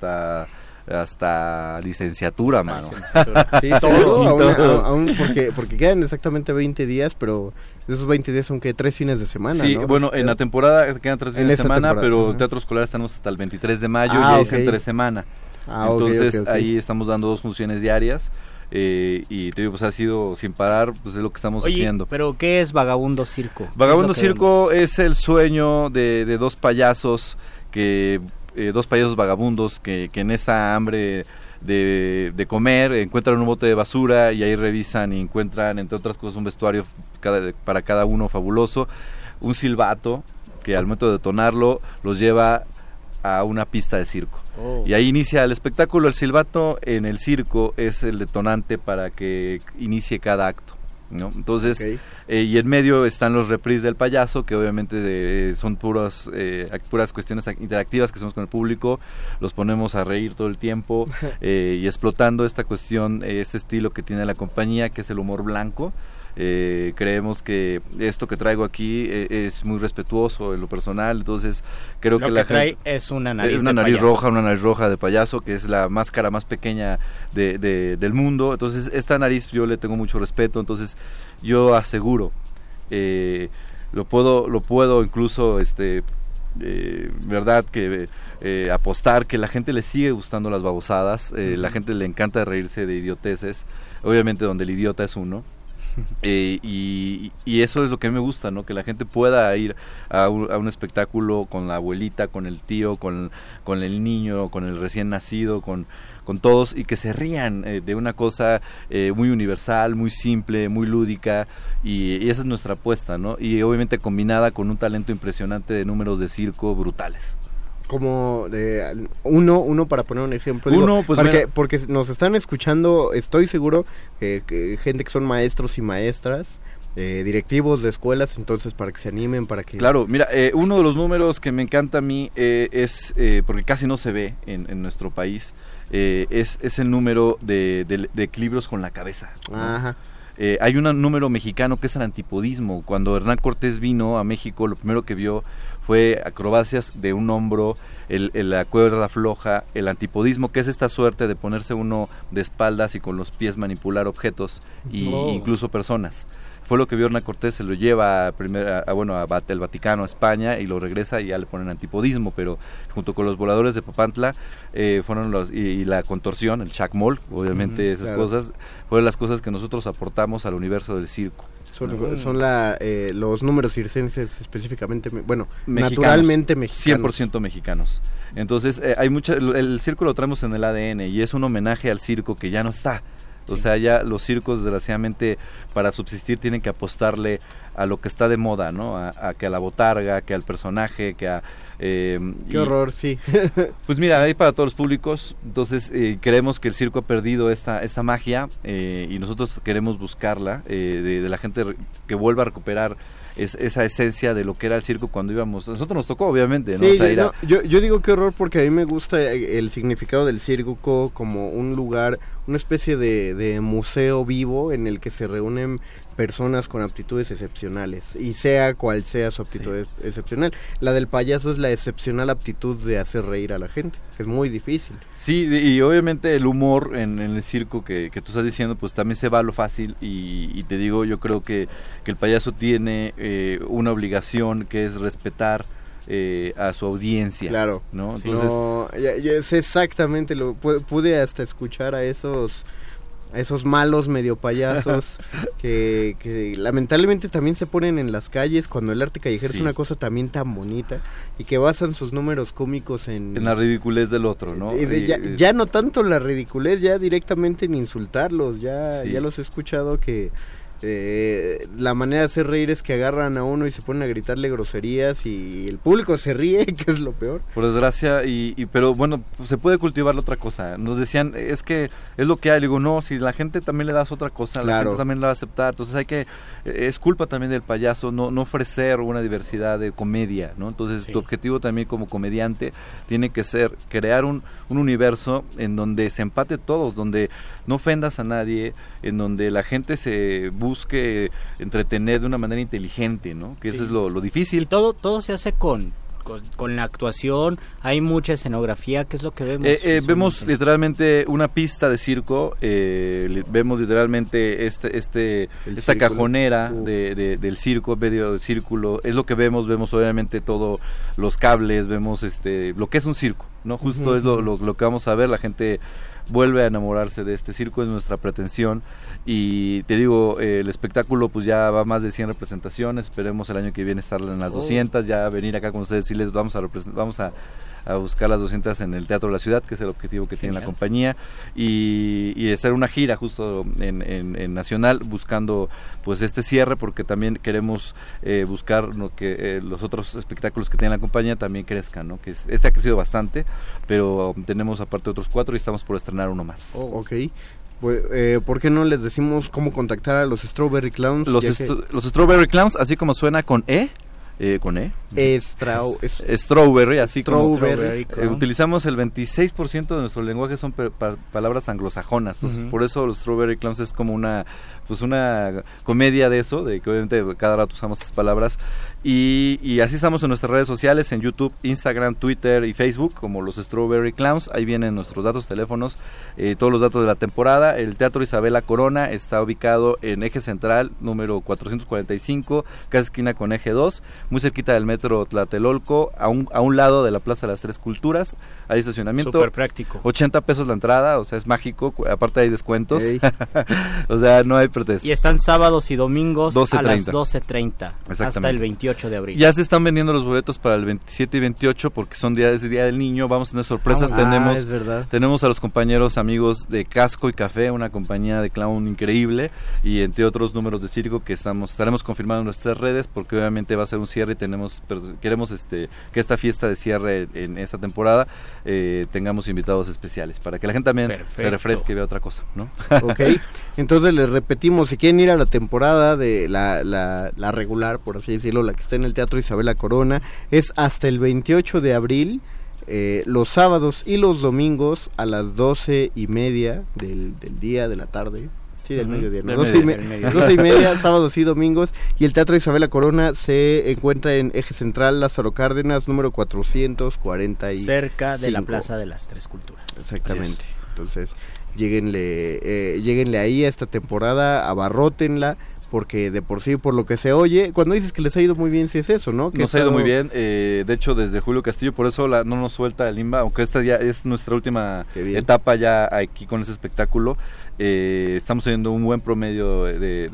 hasta licenciatura, mano. Sí, todo. Porque quedan exactamente 20 días, pero de esos 20 días son que 3 fines de semana, sí, ¿no? Bueno, en la temporada quedan 3 fines de semana, pero teatro escolar estamos hasta el 23 de mayo, y ahí es entre semana. Entonces ahí estamos dando 2 funciones diarias. Y te digo, pues ha sido sin parar, pues es lo que estamos haciendo. Pero ¿qué es Vagabundo Circo? Vagabundo Circo es el sueño de 2 payasos 2 payasos vagabundos que en esta hambre de comer encuentran un bote de basura, y ahí revisan y encuentran, entre otras cosas, un vestuario para cada uno fabuloso, un silbato que al momento de detonarlo los lleva a una pista de circo. Y ahí inicia el espectáculo. El silbato en el circo es el detonante para que inicie cada acto, ¿no? Entonces, y en medio están los reprises del payaso, que obviamente son puras cuestiones interactivas que hacemos con el público, los ponemos a reír todo el tiempo, y explotando esta cuestión, este estilo que tiene la compañía, que es el humor blanco. Creemos que esto que traigo aquí es muy respetuoso en lo personal, entonces creo que la gente es una nariz roja de payaso, que es la máscara más pequeña del mundo. Entonces esta nariz yo le tengo mucho respeto, entonces yo aseguro, lo puedo incluso verdad que apostar que la gente le sigue gustando las babosadas, la gente le encanta reírse de idioteces, obviamente donde el idiota es uno. Y eso es lo que a mí me gusta, ¿no? Que la gente pueda ir a un espectáculo con la abuelita, con el tío, con el niño, con el recién nacido, con todos, y que se rían de una cosa muy universal, muy simple, muy lúdica, y esa es nuestra apuesta, ¿no? Y obviamente combinada con un talento impresionante de números de circo brutales. como uno para poner un ejemplo, digo, pues porque nos están escuchando, estoy seguro que gente que son maestros y maestras, directivos de escuelas, entonces para que se animen, para que... Claro, mira, uno de los números que me encanta a mí es, porque casi no se ve en nuestro país, es el número de equilibrios con la cabeza, ¿no? Ajá. Hay un número mexicano que es el antipodismo. Cuando Hernán Cortés vino a México, lo primero que vio fue acrobacias de un hombro, la cuerda floja, el antipodismo, que es esta suerte de ponerse uno de espaldas y con los pies manipular objetos y incluso personas. Fue lo que vio Hernán Cortés, se lo lleva al Vaticano, a España, y lo regresa y ya le ponen antipodismo, pero junto con los voladores de Papantla fueron y la contorsión, el chacmol, obviamente esas cosas, fueron las cosas que nosotros aportamos al universo del circo. Son los números circenses específicamente, mexicanos, naturalmente mexicanos. 100% mexicanos. Entonces, el circo lo traemos en el ADN y es un homenaje al circo que ya no está. O sea, ya los circos, desgraciadamente, para subsistir tienen que apostarle a lo que está de moda, ¿no? Que a la botarga, que al personaje, que a... Qué horror, sí. Pues mira, hay para todos los públicos, entonces creemos que el circo ha perdido esta magia y nosotros queremos buscarla, de la gente que vuelva a recuperar esa esencia de lo que era el circo cuando íbamos. Nosotros nos tocó, obviamente, ¿no? Sí, o sea, yo digo qué horror porque a mí me gusta el significado del circo como un lugar, una especie de museo vivo en el que se reúnen personas con aptitudes excepcionales, y sea cual sea su aptitud excepcional. La del payaso es la excepcional aptitud de hacer reír a la gente, que es muy difícil. Sí, y obviamente el humor en el circo que tú estás diciendo, pues también se va a lo fácil, y te digo, yo creo que el payaso tiene una obligación que es respetar a su audiencia. Claro, ¿no? Entonces, ya sé exactamente, pude hasta escuchar a esos malos medio payasos que lamentablemente también se ponen en las calles cuando el arte callejero es una cosa también tan bonita y que basan sus números cómicos en la ridiculez del otro, ¿no? Ya no tanto la ridiculez, ya directamente en insultarlos, ya los he escuchado que la manera de hacer reír es que agarran a uno y se ponen a gritarle groserías y el público se ríe, que es lo peor. Por desgracia, pero bueno, se puede cultivar la otra cosa. Nos decían, es que es lo que hay. Le digo, no, si la gente también le das otra cosa, la gente también la va a aceptar. Entonces es culpa también del payaso no ofrecer una diversidad de comedia, ¿no? Entonces tu objetivo también como comediante tiene que ser crear un universo en donde se empate todos, donde no ofendas a nadie, en donde la gente se busque entretener de una manera inteligente, ¿no? Que eso es lo difícil. Y todo se hace con la actuación, hay mucha escenografía, ¿qué es lo que vemos? Vemos literalmente una pista de circo, vemos literalmente esta cajonera del circo, medio de círculo, es lo que vemos obviamente todos los cables, vemos lo que es un circo, ¿no? Justo es lo que vamos a ver, la gente vuelve a enamorarse de este circo, es nuestra pretensión, y te digo, el espectáculo pues ya va más de 100 representaciones, esperemos el año que viene estar en las 200, ya venir acá con ustedes, decirles vamos a buscar las 200 en el Teatro de la Ciudad, que es el objetivo que tiene la compañía, y hacer una gira justo en Nacional, buscando pues este cierre, porque también queremos buscar que los otros espectáculos que tiene la compañía también crezcan, ¿no? Que este ha crecido bastante, pero tenemos aparte otros 4 y estamos por estrenar uno más. Ok. ¿Por qué no les decimos cómo contactar a los Strawberry Clowns? Los Strawberry Clowns, así como suena con E. Strawberry, así Strawberry, como utilizamos el 26% de nuestro lenguaje son palabras anglosajonas, entonces por eso los Strawberry Clowns es como una comedia de eso, de que obviamente cada rato usamos esas palabras, y así estamos en nuestras redes sociales, en YouTube, Instagram, Twitter y Facebook, como los Strawberry Clowns. Ahí vienen nuestros datos, teléfonos, todos los datos de la temporada. El Teatro Isabela Corona está ubicado en Eje Central, número 445, casi esquina con Eje 2, muy cerquita del metro Tlatelolco, a un lado de la Plaza de las Tres Culturas. Hay estacionamiento, súper práctico, 80 pesos la entrada, o sea, es mágico, aparte hay descuentos. O sea, no hay pretexto. Y están sábados y domingos 12:30. A las 12:30 hasta el 28 de abril. Ya se están vendiendo los boletos para el 27 y 28 porque es Día del Niño, vamos a tener sorpresas. Es verdad. Tenemos a los compañeros amigos de Casco y Café, una compañía de clown increíble, y entre otros números de circo que estaremos confirmando en nuestras redes, porque obviamente va a ser un cierre cierre y queremos que esta fiesta de cierre en esta temporada tengamos invitados especiales para que la gente también se refresque y vea otra cosa, ¿no? Ok, entonces les repetimos, si quieren ir a la temporada de la regular, por así decirlo, la que está en el Teatro Isabel La Corona, es hasta el 28 de abril, los sábados y los domingos a las 12:30 del día, de la tarde. Sí, del mediodía, ¿no? 12:30, sábados y domingos. Y el Teatro Isabel La Corona se encuentra en Eje Central, Lázaro Cárdenas, número 445. Cerca de la Plaza de las Tres Culturas. Exactamente. Entonces, lléguenle ahí a esta temporada, abarrótenla, porque de por sí, por lo que se oye, cuando dices que les ha ido muy bien, sí es eso, ¿no? Que nos ha ido muy bien, de hecho desde Julio Castillo, por eso no nos suelta el Limba, aunque esta ya es nuestra última etapa ya aquí con ese espectáculo. Estamos teniendo un buen promedio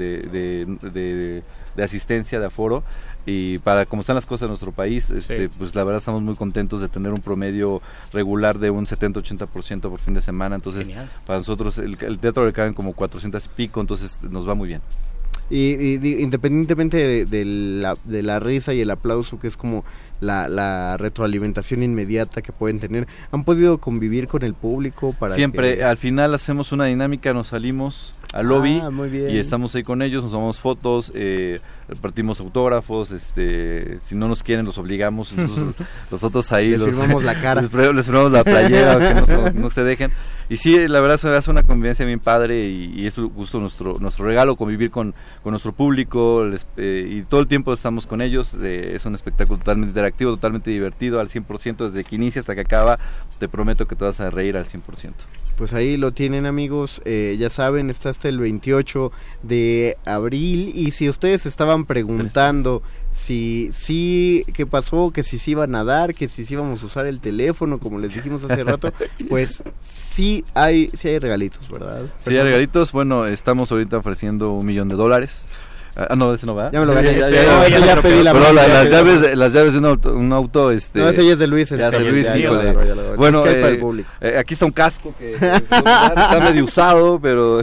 de asistencia, de aforo, y para como están las cosas en nuestro país, pues la verdad estamos muy contentos de tener un promedio regular de un 70-80% por fin de semana. Entonces genial. Para nosotros el teatro le caben como 400 y pico, entonces nos va muy bien. Y independientemente de la risa y el aplauso, que es como la retroalimentación inmediata que pueden tener, ¿han podido convivir con el público? Siempre, al final hacemos una dinámica, nos salimos al lobby y estamos ahí con ellos, nos tomamos fotos, repartimos autógrafos, si no nos quieren los obligamos, entonces nosotros ahí les firmamos la cara, les firmamos la playera, que no se dejen. Y sí, la verdad se hace una convivencia bien padre y es justo nuestro regalo, convivir con nuestro público, y todo el tiempo estamos con ellos. Es un espectáculo totalmente interactivo, totalmente divertido, al 100%, desde que inicia hasta que acaba. Te prometo que te vas a reír al 100%. Pues ahí lo tienen, amigos, ya saben, está hasta el 28 de abril, y si ustedes estaban preguntando qué pasó, que si se iban a dar, que si íbamos a usar el teléfono, como les dijimos hace rato, pues sí hay regalitos, ¿verdad? Sí hay regalitos, bueno, estamos ahorita ofreciendo $1 millón. No, ese no va. Ya me lo gané. Ya pedí la pero las llaves de un auto, No, ese ya es de Luis. Ya es de Luis, híjole. Bueno, aquí está un casco que está medio usado, pero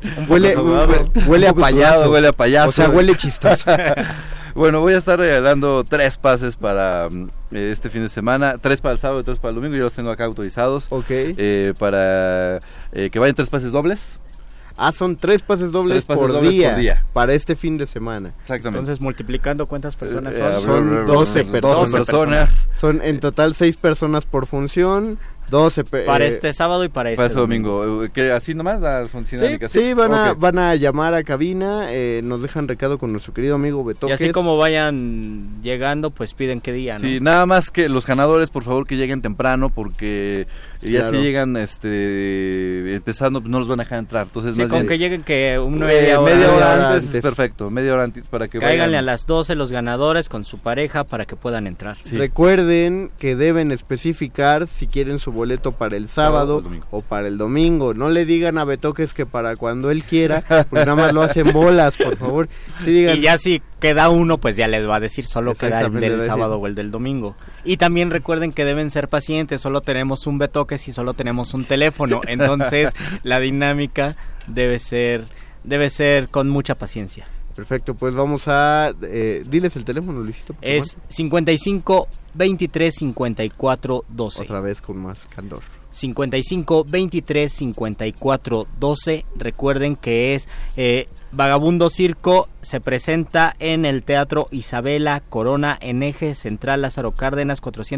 huele a payaso. Huele a payaso. O sea, huele chistoso. Bueno, voy a estar regalando 3 pases para este fin de semana, 3 para el sábado y 3 para el domingo. Yo los tengo acá autorizados. Okay. Para que vayan 3 pases dobles. Son 3 pases dobles por día para este fin de semana. Exactamente. Entonces, multiplicando, ¿cuántas personas son? Son 12 personas. Son en total 6 personas por función. 12 para este sábado y para este domingo. ¿Que así nomás? Sí, van a llamar a cabina, nos dejan recado con nuestro querido amigo Betoques. Y así como vayan llegando, pues piden qué día, ¿no? Sí, nada más que los ganadores, por favor, que lleguen temprano, porque ya si llegan empezando, pues no los van a dejar entrar. Entonces, sí, más con bien, que lleguen que media hora antes es perfecto, media hora antes para que cáiganle vayan. A las 12 los ganadores con su pareja para que puedan entrar. Sí. Recuerden que deben especificar si quieren su boleto para el sábado o para el domingo. No le digan a Betoques que para cuando él quiera, porque nada más lo hacen bolas, por favor. Sí, digan. Y ya si queda uno, pues ya les va a decir solo queda el del sábado o el del domingo. Y también recuerden que deben ser pacientes, solo tenemos un Betoques y solo tenemos un teléfono, entonces la dinámica debe ser con mucha paciencia. Perfecto, pues vamos a diles el teléfono, Luisito. Es 55 23 54 12. Otra vez con más candor. 55 23 54 12. Recuerden que es Vagabundo Circo, se presenta en el Teatro Isabela Corona en Eje Central, Lázaro Cárdenas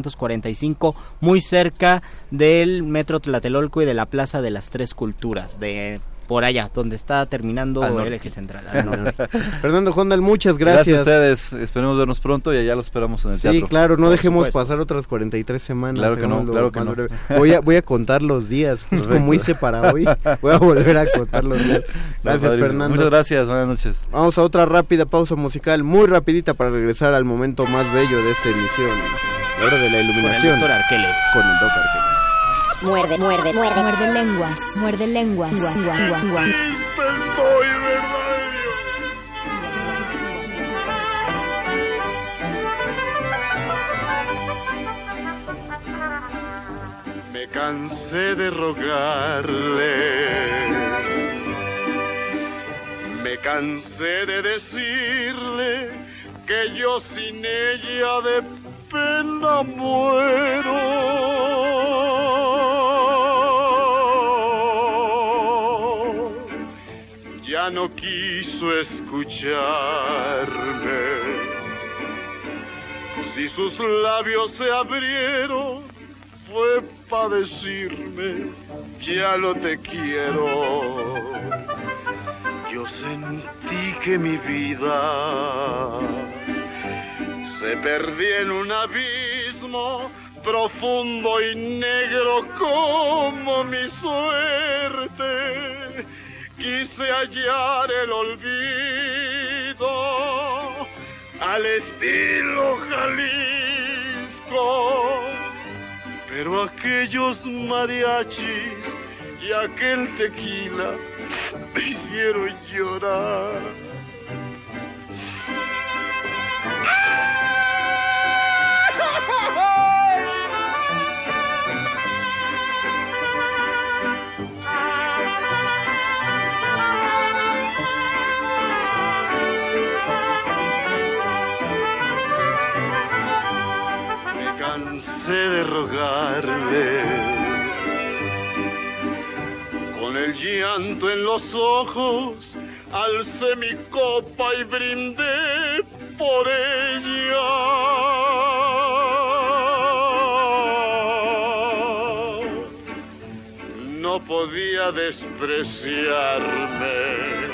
445, muy cerca del Metro Tlatelolco y de la Plaza de las Tres Culturas, por allá, donde está terminando el Eje Central. Fernando Hondal, muchas gracias. Gracias a ustedes, esperemos vernos pronto y allá los esperamos en el teatro. Sí, claro, no dejemos pasar otras 43 semanas. Claro que no, claro que no. Voy a contar los días, como hice para hoy, voy a volver a contar los días. Gracias, Fernando. Muchas gracias, buenas noches. Vamos a otra rápida pausa musical, muy rapidita, para regresar al momento más bello de esta emisión, la hora de la iluminación. Con el Dr. Arqueles. Con el Dr. Arqueles. Muerde lenguas. Muerde lenguas. Estoy Me cansé de rogarle, me cansé de decirle que yo sin ella de pena muero. Ya no quiso escucharme. Si sus labios se abrieron, fue pa' decirme, ya no te quiero. Yo sentí que mi vida se perdía en un abismo profundo y negro como mi suerte. Quise hallar el olvido al estilo Jalisco, pero aquellos mariachis y aquel tequila me hicieron llorar. Cansé de rogarle, con el llanto en los ojos, alcé mi copa y brindé por ella. No podía despreciarme,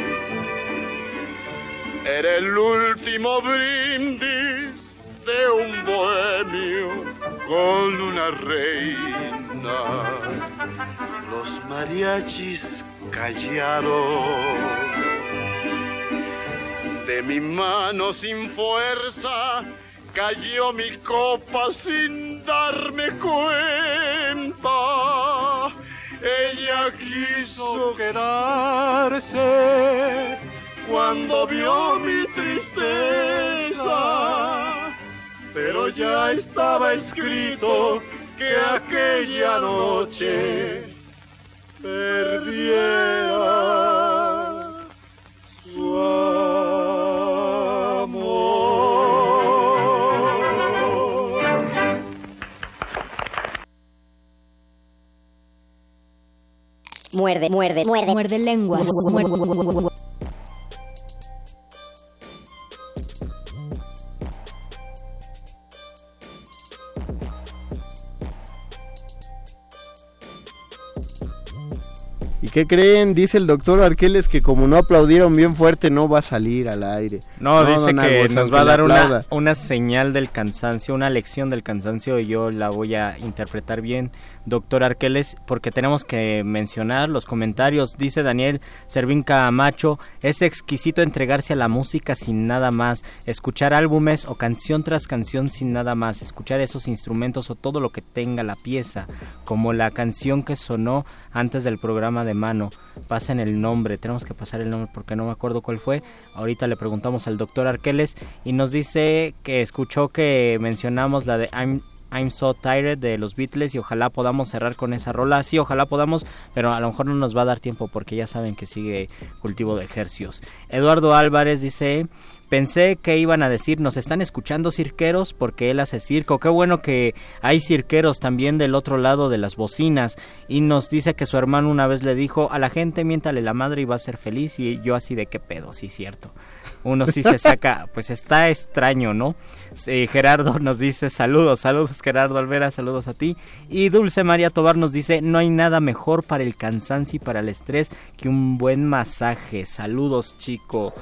era el último brindis de un bohemio con una reina. Los mariachis callaron, de mi mano sin fuerza cayó mi copa sin darme cuenta. Ella quiso quedarse cuando vio mi tristeza, pero ya estaba escrito que aquella noche perdiera su amor. Muerde, muerde, muerde. Muerde lenguas. ¿Y qué creen? Dice el doctor Arqueles que como no aplaudieron bien fuerte no va a salir al aire. No, dice que nos va a dar una señal del cansancio, una lección del cansancio, y yo la voy a interpretar bien, doctor Arqueles, porque tenemos que mencionar los comentarios. Dice Daniel Servín Camacho, es exquisito entregarse a la música sin nada más, escuchar álbumes o canción tras canción sin nada más, escuchar esos instrumentos o todo lo que tenga la pieza, como la canción que sonó antes del programa de mano. Pasen el nombre, tenemos que pasar el nombre porque no me acuerdo cuál fue. Ahorita le preguntamos al doctor Arqueles y nos dice que escuchó que mencionamos la de I'm So Tired de los Beatles y ojalá podamos cerrar con esa rola. Sí, ojalá podamos, pero a lo mejor no nos va a dar tiempo porque ya saben que sigue cultivo de ejercicios. Eduardo Álvarez dice: pensé que iban a decir, nos están escuchando cirqueros porque él hace circo. Qué bueno que hay cirqueros también del otro lado de las bocinas. Y nos dice que su hermano una vez le dijo, a la gente miéntale la madre y va a ser feliz. Y yo así de qué pedo, sí, cierto. Uno sí se saca, pues está extraño, ¿no? Gerardo nos dice, saludos Gerardo Alvera, saludos a ti. Y Dulce María Tobar nos dice, no hay nada mejor para el cansancio y para el estrés que un buen masaje. Saludos, chico.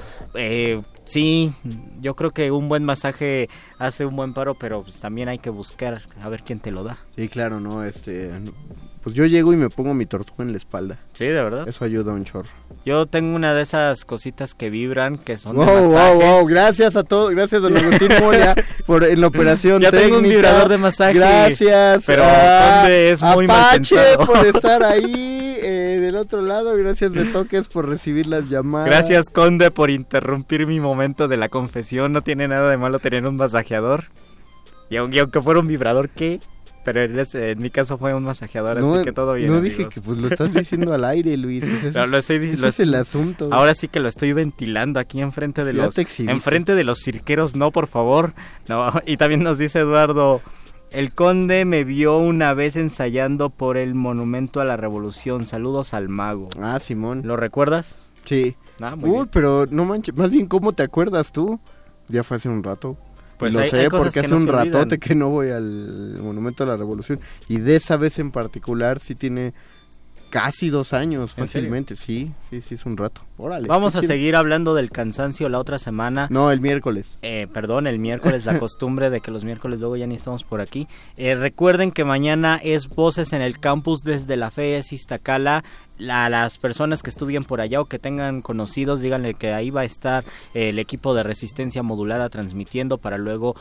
Sí, yo creo que un buen masaje hace un buen paro, pero pues también hay que buscar a ver quién te lo da. Sí, claro, no, pues yo llego y me pongo mi tortuga en la espalda. Sí, de verdad. Eso ayuda un chorro. Yo tengo una de esas cositas que vibran, que son de masaje. Wow, gracias a todos, gracias don Agustín Moria en la operación ya técnica. Tengo un vibrador de masaje. Gracias. Pero Conde es muy Apache mal por estar ahí del otro lado. Gracias Betoques por recibir las llamadas. Gracias Conde por interrumpir mi momento de la confesión. No tiene nada de malo tener un masajeador. Y aunque fuera un vibrador, ¿qué? pero en mi caso fue un masajeador, No, así que todo bien. No amigos. dije que pues lo estás diciendo al aire, Luis. Ese es el asunto. Ahora sí que lo estoy ventilando aquí enfrente de enfrente de los cirqueros, no, por favor. No, y también nos dice Eduardo, el conde me vio una vez ensayando por el Monumento a la Revolución. Saludos al mago. Ah, Simón. ¿Lo recuerdas? Sí. Muy bien. Pero no manches, más bien, ¿cómo te acuerdas tú? Ya fue hace un rato. Pues lo hay sé cosas porque que hace no un se olvidan. ratote que no voy al Monumento a la Revolución. Y de esa vez en particular sí tiene casi 2 años fácilmente. Sí, es un rato. Órale. Vamos a seguir hablando del cansancio la otra semana. No, el miércoles. Perdón, el miércoles, la costumbre de que los miércoles luego ya ni estamos por aquí. Recuerden que mañana es Voces en el Campus desde la FES Iztacala. A las personas que estudien por allá o que tengan conocidos, díganle que ahí va a estar el equipo de resistencia modulada transmitiendo para luego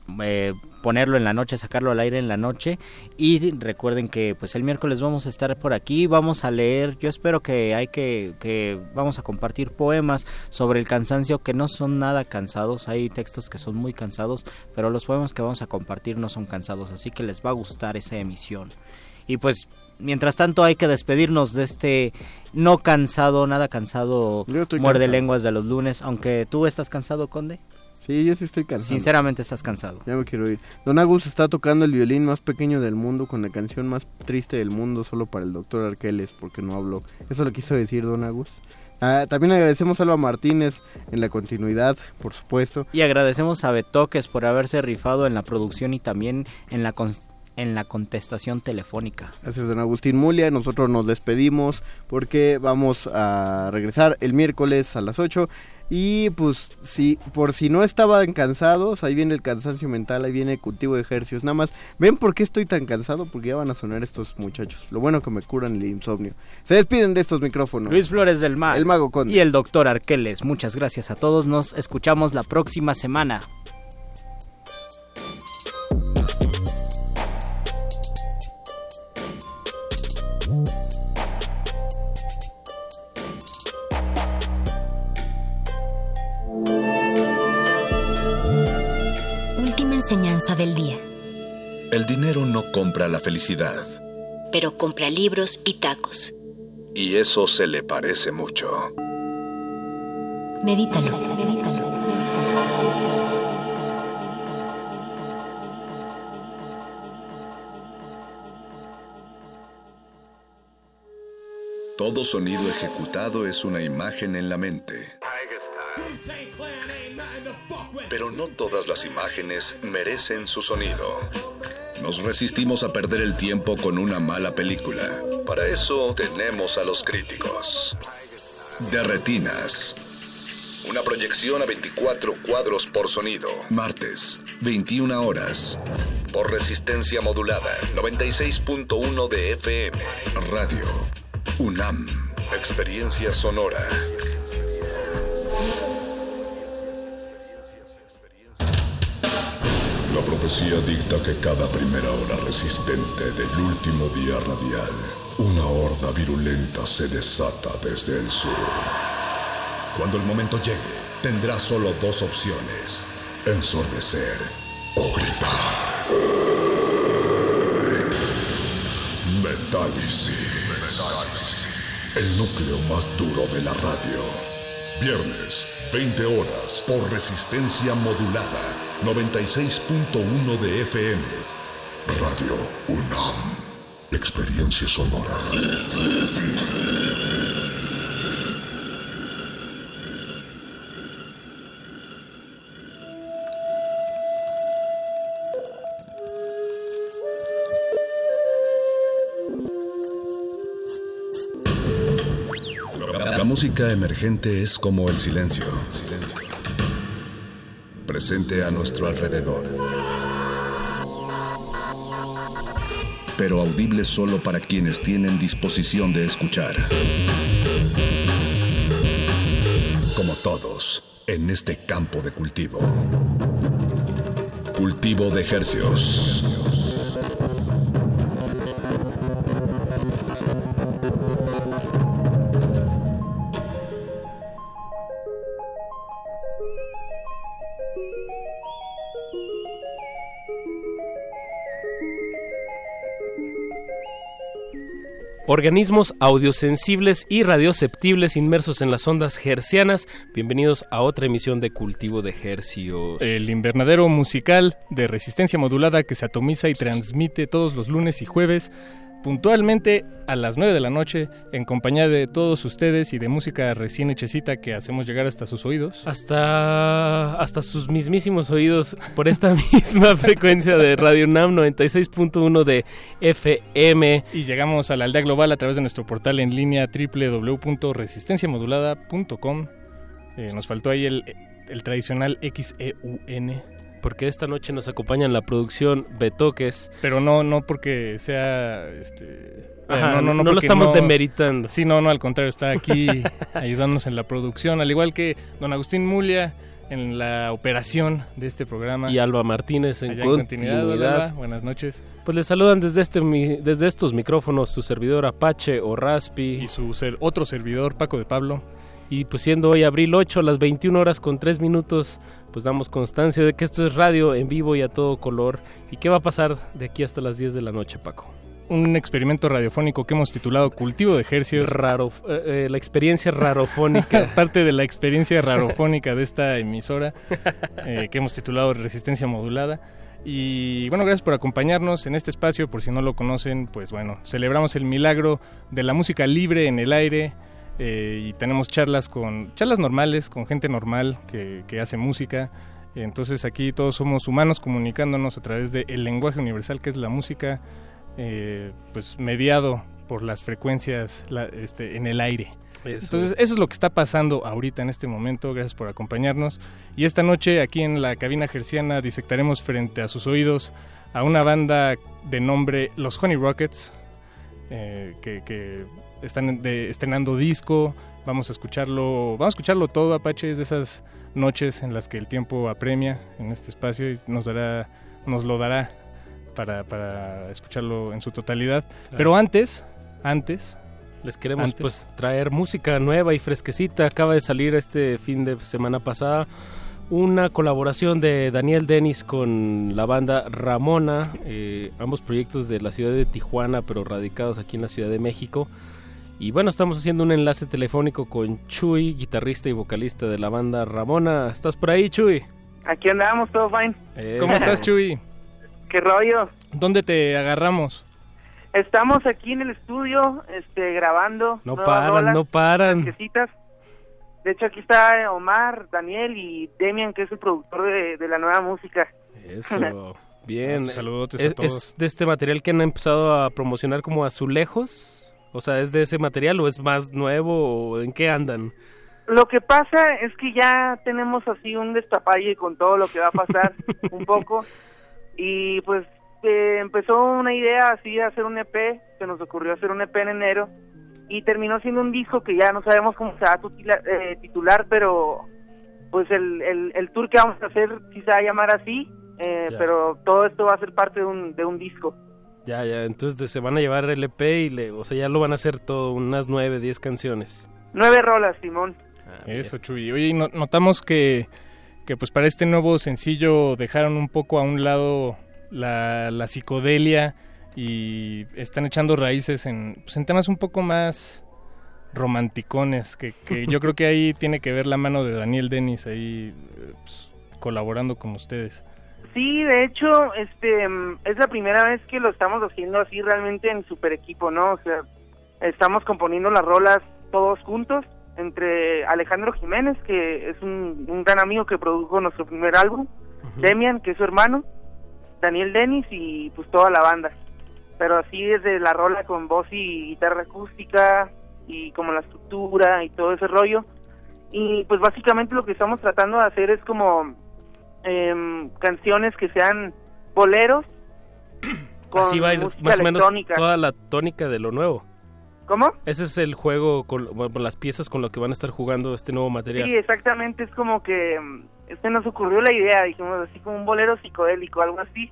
ponerlo en la noche, sacarlo al aire en la noche. Y recuerden que pues el miércoles vamos a estar por aquí, vamos a leer, yo espero que vamos a compartir poemas sobre el cansancio que no son nada cansados, hay textos que son muy cansados, pero los poemas que vamos a compartir no son cansados, así que les va a gustar esa emisión. Y pues mientras tanto hay que despedirnos de este no cansado, nada cansado, muerde lenguas de los lunes, aunque tú estás cansado, Conde. Sí, yo sí estoy cansado. Sinceramente estás cansado. Ya me quiero ir. Don Agus está tocando el violín más pequeño del mundo con la canción más triste del mundo solo para el doctor Arqueles porque no habló. Eso lo quiso decir Don Agus. También agradecemos a Alba Martínez en la continuidad, por supuesto. Y agradecemos a Betoques por haberse rifado en la producción y también en la contestación telefónica. Gracias, don Agustín Mulia. Nosotros nos despedimos porque vamos a regresar el miércoles a las 8. Y pues por si no estaban cansados, ahí viene el cansancio mental, ahí viene el cultivo de ejercicios. Nada más, ¿ven por qué estoy tan cansado? Porque ya van a sonar estos muchachos. Lo bueno que me curan el insomnio. Se despiden de estos micrófonos Luis Flores del Mar, el Mago Conde y el doctor Arqueles. Muchas gracias a todos. Nos escuchamos la próxima semana. Última enseñanza del día. El dinero no compra la felicidad. Pero compra libros y tacos. Y eso se le parece mucho. Medítalo. Todo sonido ejecutado es una imagen en la mente. Pero no todas las imágenes merecen su sonido. Nos resistimos a perder el tiempo con una mala película. Para eso tenemos a los críticos. De Retinas. Una proyección a 24 cuadros por sonido. Martes, 21 horas. Por resistencia modulada, 96.1 de FM. Radio UNAM. Experiencia sonora. La profecía dicta que cada primera hora resistente del último día radial, una horda virulenta se desata desde el sur. Cuando el momento llegue, tendrá solo 2 opciones: ensordecer o gritar. Metálisis. El núcleo más duro de la radio. Viernes, 20 horas, por resistencia modulada, 96.1 de FM. Radio UNAM. Experiencia sonora. La música emergente es como el silencio. Presente a nuestro alrededor. Pero audible solo para quienes tienen disposición de escuchar. Como todos, en este campo de cultivo. Cultivo de hercios. organismos audiosensibles y radioceptibles inmersos en las ondas hercianas. Bienvenidos a otra emisión de Cultivo de Hercios. El invernadero musical de resistencia modulada que se atomiza y transmite todos los lunes y jueves puntualmente a las 9 de la noche en compañía de todos ustedes y de música recién hechecita que hacemos llegar hasta sus oídos. Hasta sus mismísimos oídos por esta misma frecuencia de Radio UNAM 96.1 de FM. Y llegamos a la aldea global a través de nuestro portal en línea www.resistenciamodulada.com. Nos faltó ahí el tradicional XEUN. Porque esta noche nos acompaña en la producción Betoques. Pero no porque sea... Ajá, no lo estamos demeritando. Sí, no, al contrario, está aquí ayudándonos en la producción, al igual que don Agustín Mulia en la operación de este programa. Y Alba Martínez en continuidad. Alba, buenas noches. Pues les saludan desde estos micrófonos su servidor Apache o Raspi. Y su otro servidor, Paco de Pablo. Y pues siendo hoy abril 8 a las 21:03, pues damos constancia de que esto es radio en vivo y a todo color. ¿Y qué va a pasar de aquí hasta las 10 de la noche, Paco? Un experimento radiofónico que hemos titulado Cultivo de Hercios. La experiencia rarofónica. Parte de la experiencia rarofónica de esta emisora que hemos titulado Resistencia Modulada. Y bueno, gracias por acompañarnos en este espacio. Por si no lo conocen, pues bueno, celebramos el milagro de la música libre en el aire. Y tenemos charlas normales con gente normal que hace música. Entonces aquí todos somos humanos comunicándonos a través del lenguaje universal que es la música, pues mediado por las frecuencias en el aire. Entonces eso es lo que está pasando ahorita en este momento. Gracias por acompañarnos. Y esta noche aquí en la cabina herciana disectaremos frente a sus oídos a una banda de nombre Los Honey Rockets, que están estrenando disco. Vamos a escucharlo todo, Apache. Es de esas noches en las que el tiempo apremia en este espacio y nos lo dará para escucharlo en su totalidad. Claro. Pero antes les queremos pues traer música nueva y fresquecita. Acaba de salir este fin de semana pasada una colaboración de Daniel Dennis con la banda Ramona, ambos proyectos de la ciudad de Tijuana pero radicados aquí en la Ciudad de México. Y bueno, estamos haciendo un enlace telefónico con Chuy, guitarrista y vocalista de la banda Ramona. ¿Estás por ahí, Chuy? Aquí andamos, todo fine. ¿Cómo estás, Chuy? ¿Qué rollo? ¿Dónde te agarramos? Estamos aquí en el estudio, grabando. No paran. De hecho, aquí está Omar, Daniel y Demian, que es el productor de la nueva música. Eso, bien. Saludos a todos. ¿Es de este material que han empezado a promocionar como Azulejos? O sea, ¿es de ese material o es más nuevo o en qué andan? Lo que pasa es que ya tenemos así un destapalle con todo lo que va a pasar un poco. Y pues empezó una idea así de hacer un EP, se nos ocurrió hacer un EP en enero. Y terminó siendo un disco que ya no sabemos cómo se va a titular, pero pues el tour que vamos a hacer sí se va a llamar así, pero todo esto va a ser parte de un disco. Ya, entonces se van a llevar el EP y o sea, ya lo van a hacer todo, unas 9, 10 canciones. 9 rolas, Simón. Eso, Chuy. Oye, notamos que pues para este nuevo sencillo dejaron un poco a un lado la psicodelia y están echando raíces en temas un poco más romanticones, que yo creo que ahí tiene que ver la mano de Daniel Dennis ahí pues, colaborando con ustedes. Sí, de hecho, es la primera vez que lo estamos haciendo así realmente en super equipo, ¿no? O sea, estamos componiendo las rolas todos juntos, entre Alejandro Jiménez, que es un gran amigo que produjo nuestro primer álbum, Demian, que es su hermano, Daniel Dennis y pues toda la banda. Pero así desde la rola con voz y guitarra acústica y como la estructura y todo ese rollo. Y pues básicamente lo que estamos tratando de hacer es como canciones que sean boleros con así va a ir más o menos toda la tónica de lo nuevo. ¿Cómo? Ese es el juego con las piezas con lo que van a estar jugando este nuevo material. Sí, exactamente, es como que nos ocurrió la idea, dijimos así como un bolero psicodélico, algo así.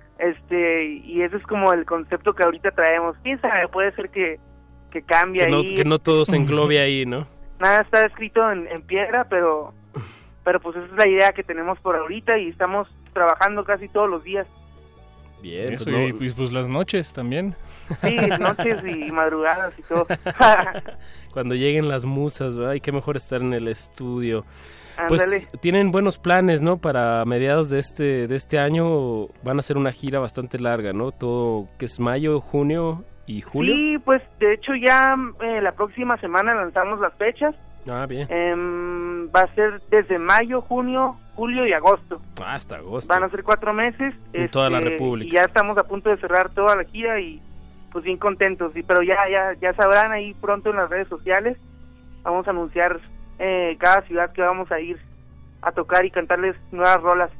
Y ese es como el concepto que ahorita traemos. Quién sabe, puede ser que cambie ahí. Que no todo se englobe ahí, ¿no? Nada está escrito en piedra, pero pues esa es la idea que tenemos por ahorita y estamos trabajando casi todos los días. Bien, eso, y pues las noches también. Sí, noches y madrugadas y todo. Cuando lleguen las musas, ¿verdad? Y qué mejor estar en el estudio. Ándale. Pues tienen buenos planes, ¿no? Para mediados de este año van a hacer una gira bastante larga, ¿no? Todo que es mayo, junio y julio. Sí, pues de hecho ya la próxima semana lanzamos las fechas. Ah, bien. Va a ser desde mayo, junio, julio y agosto. Hasta agosto. Van a ser 4 meses. En toda la República. Y ya estamos a punto de cerrar toda la gira y pues bien contentos. Pero ya sabrán ahí pronto en las redes sociales. Vamos a anunciar cada ciudad que vamos a ir a tocar y cantarles nuevas rolas.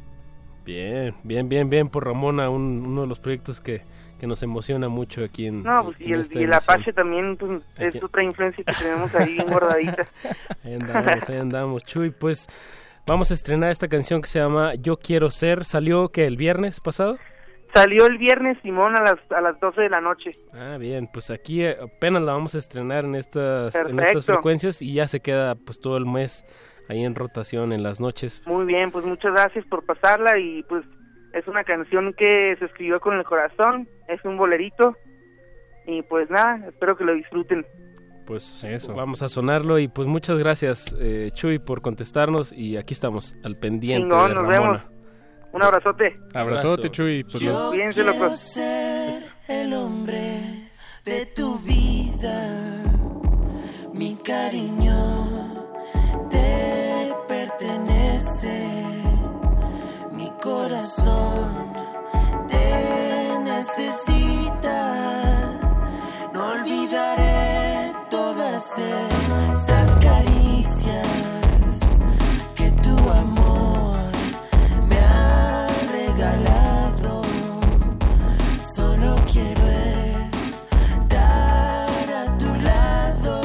Bien por Ramona, uno de los proyectos que nos emociona mucho aquí en No, pues en esta y el emisión. Apache también pues, es otra influencia que tenemos ahí bien guardadita. Ahí andamos. Chuy, pues vamos a estrenar esta canción que se llama Yo Quiero Ser. ¿Salió que el viernes pasado? Salió el viernes, Simón, a las 12 de la noche. Ah, bien, pues aquí apenas la vamos a estrenar en estas Perfecto. frecuencias y ya se queda pues todo el mes ahí en rotación en las noches. Muy bien, pues muchas gracias por pasarla y pues es una canción que se escribió con el corazón, es un bolerito y pues nada, espero que lo disfruten. Pues eso, vamos a sonarlo y pues muchas gracias Chuy por contestarnos y aquí estamos al pendiente Chingón, de nos Ramona. vemos. Un abrazote. Abrazote, Chuy. Pues Yo Cuídense, quiero locos. ser el hombre de tu vida, mi cariño te pertenece, mi corazón te necesita, no olvidaré todas esas caricias que tu amor me ha regalado, solo quiero estar a tu lado.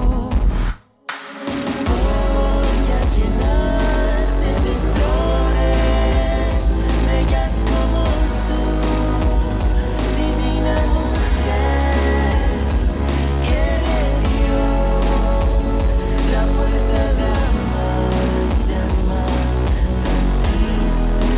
Voy a llenarte de flores, bellas como tú, divina mujer, que le dio la fuerza de amar a este alma tan triste.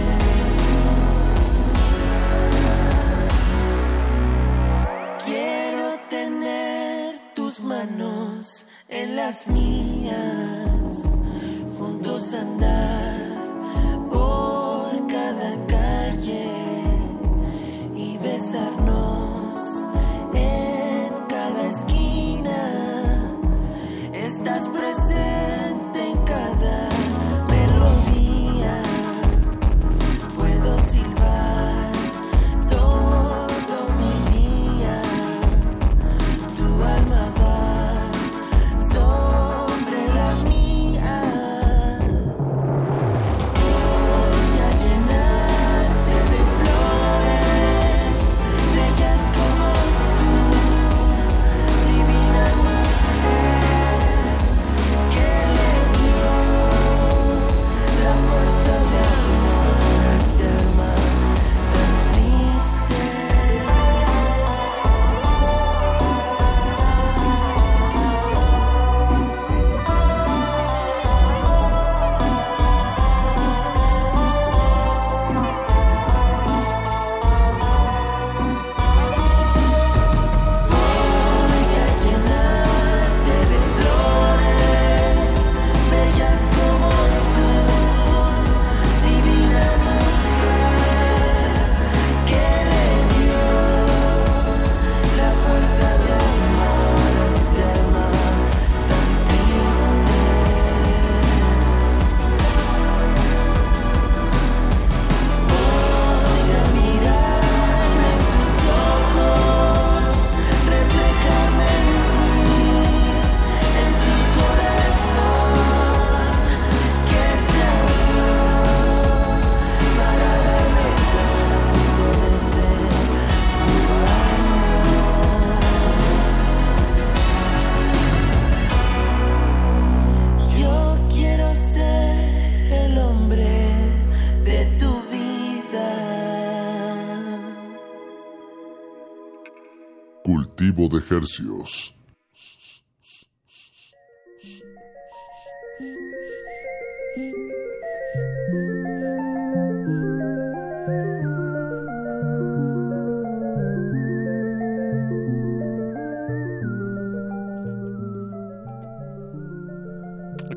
Quiero tener tus manos en las mías, juntos andar por cada calle y besarnos en cada esquina. Estás presente en cada melodía, puedo silbar todo mi día, tu alma va sobre la mía. Voy a llenarte de flores, bellas como tú, divina mujer, que le dio la fuerza de amor a este alma tan triste. Voy a llenarte de flores, bellas como tú, divina mujer, que le dio la fuerza de amor a este alma tan triste. Voy a mirarme en tus ojos, reflejarme en ti, en tu corazón que se abrió para darme tanto de ser tu amor. Yo quiero ser el hombre de tu vida. Cultivo de hercios.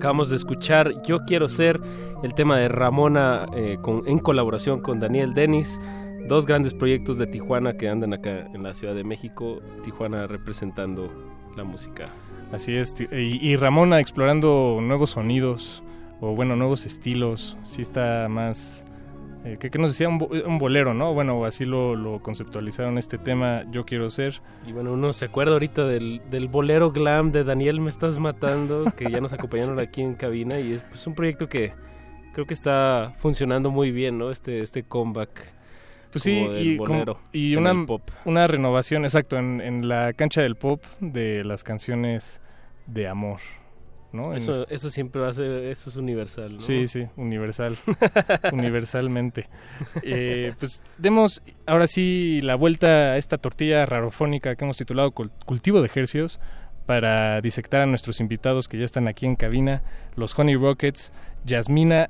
Acabamos de escuchar Yo Quiero Ser, el tema de Ramona en colaboración con Daniel Denis, dos grandes proyectos de Tijuana que andan acá en la Ciudad de México, Tijuana representando la música. Así es, y Ramona explorando nuevos sonidos, o bueno, nuevos estilos, sí está más... ¿Qué nos decía? Un bolero, ¿no? Bueno, así lo conceptualizaron este tema, Yo Quiero Ser. Y bueno, uno se acuerda ahorita del bolero glam de Daniel Me Estás Matando, que ya nos acompañaron aquí en cabina, y es pues, un proyecto que creo que está funcionando muy bien, ¿no? Este comeback. Pues sí, y una renovación, exacto, en la cancha del pop de las canciones de amor, ¿no? Eso siempre va a ser, eso es universal, ¿no? Sí, universal, universalmente. Pues demos ahora sí la vuelta a esta tortilla rarofónica que hemos titulado Cultivo de Hercios, para disectar a nuestros invitados que ya están aquí en cabina, los Honey Rockets, Yasmina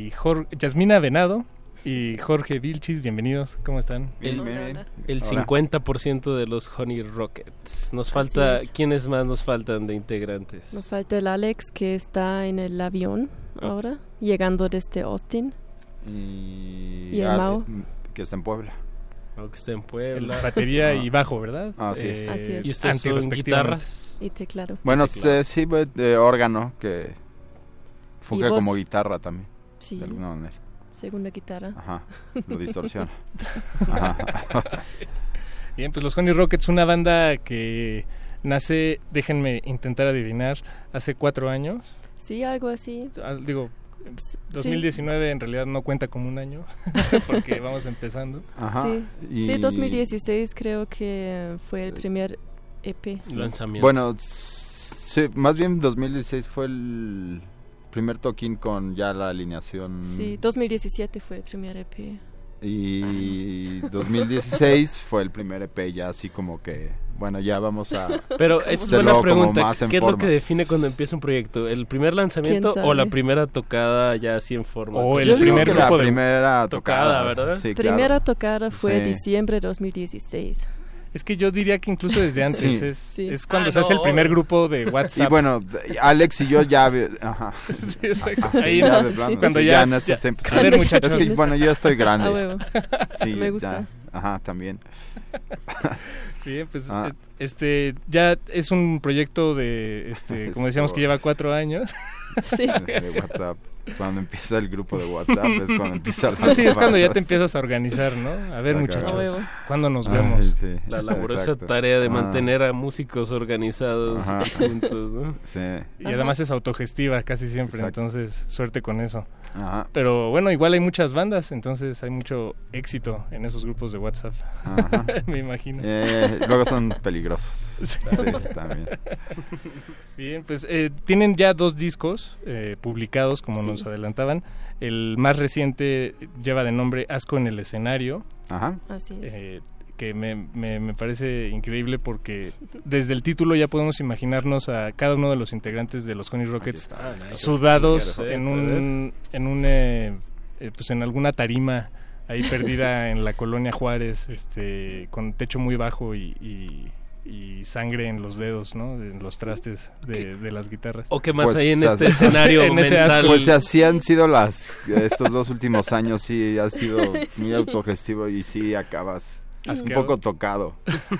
Venado y Jorge Vilchis. Bienvenidos, ¿cómo están? El 50% de los Honey Rockets. Nos falta, ¿quiénes más nos faltan de integrantes? Nos falta el Alex, que está en el avión ahora, llegando desde Austin. Y el Mau, que está en Puebla. Que está en Puebla. Batería y bajo, ¿verdad? Así es. Así es. ¿Y ustedes son guitarras? Y teclado. Bueno, sí, de órgano, que funge como guitarra también, sí, de alguna manera. Segunda guitarra. Ajá, lo distorsiona. Ajá. Bien, pues los Honey Rockets, una banda que nace, déjenme intentar adivinar, hace 4 años. Sí, algo así. Digo, 2019 en realidad no cuenta como un año, porque vamos empezando. Ajá. Sí, 2016 creo que fue el primer EP. Lanzamiento. Bueno, sí, más bien 2016 fue el primer toquín con ya la alineación. Sí, 2017 fue el primer EP. Y 2016 fue el primer EP ya así como que, bueno, ya vamos a... Pero es buena pregunta, ¿qué es lo que define cuando empieza un proyecto? ¿El primer lanzamiento o la primera tocada ya así en forma? O el primer grupo de... primera tocada, ¿verdad? Sí, primera claro. tocada fue diciembre 2016. Es que yo diría que incluso desde antes es cuando se hace el primer grupo de WhatsApp. Y bueno, Alex y yo ya... Ajá. Sí, exacto. Ahí ya de plano, cuando sí, ya a ver, muchachos. Es que, bueno, yo estoy grande. Huevo. Sí, me gusta. Ya. Ajá, también. Bien, pues ya es un proyecto de, como decíamos, que lleva 4 años. Sí. De WhatsApp. Cuando empieza el grupo de WhatsApp es cuando empieza el sí, es cuando ya te empiezas a organizar, ¿no? A ver, muchachos, ¿cuándo nos vemos? Sí. La laboriosa tarea de mantener a músicos organizados juntos, ¿no? Sí. Y además es autogestiva casi siempre, entonces suerte con eso. Ajá. Pero bueno, igual hay muchas bandas, entonces hay mucho éxito en esos grupos de WhatsApp. Ajá. Me imagino. Luego son peligrosos. Sí, también. Bien, pues tienen ya 2 discos publicados, como nos adelantaban. El más reciente lleva de nombre Asco en el Escenario. Ajá. Así es. Que me parece increíble porque desde el título ya podemos imaginarnos a cada uno de los integrantes de los Honey Rockets sudados en alguna tarima ahí perdida en la colonia Juárez, con techo muy bajo y sangre en los dedos, ¿no? En los trastes de las guitarras. ¿O qué más hay en este escenario mental? Pues así han sido estos 2 últimos años, sí, ha sido muy autogestivo y sí acabas un poco tocado.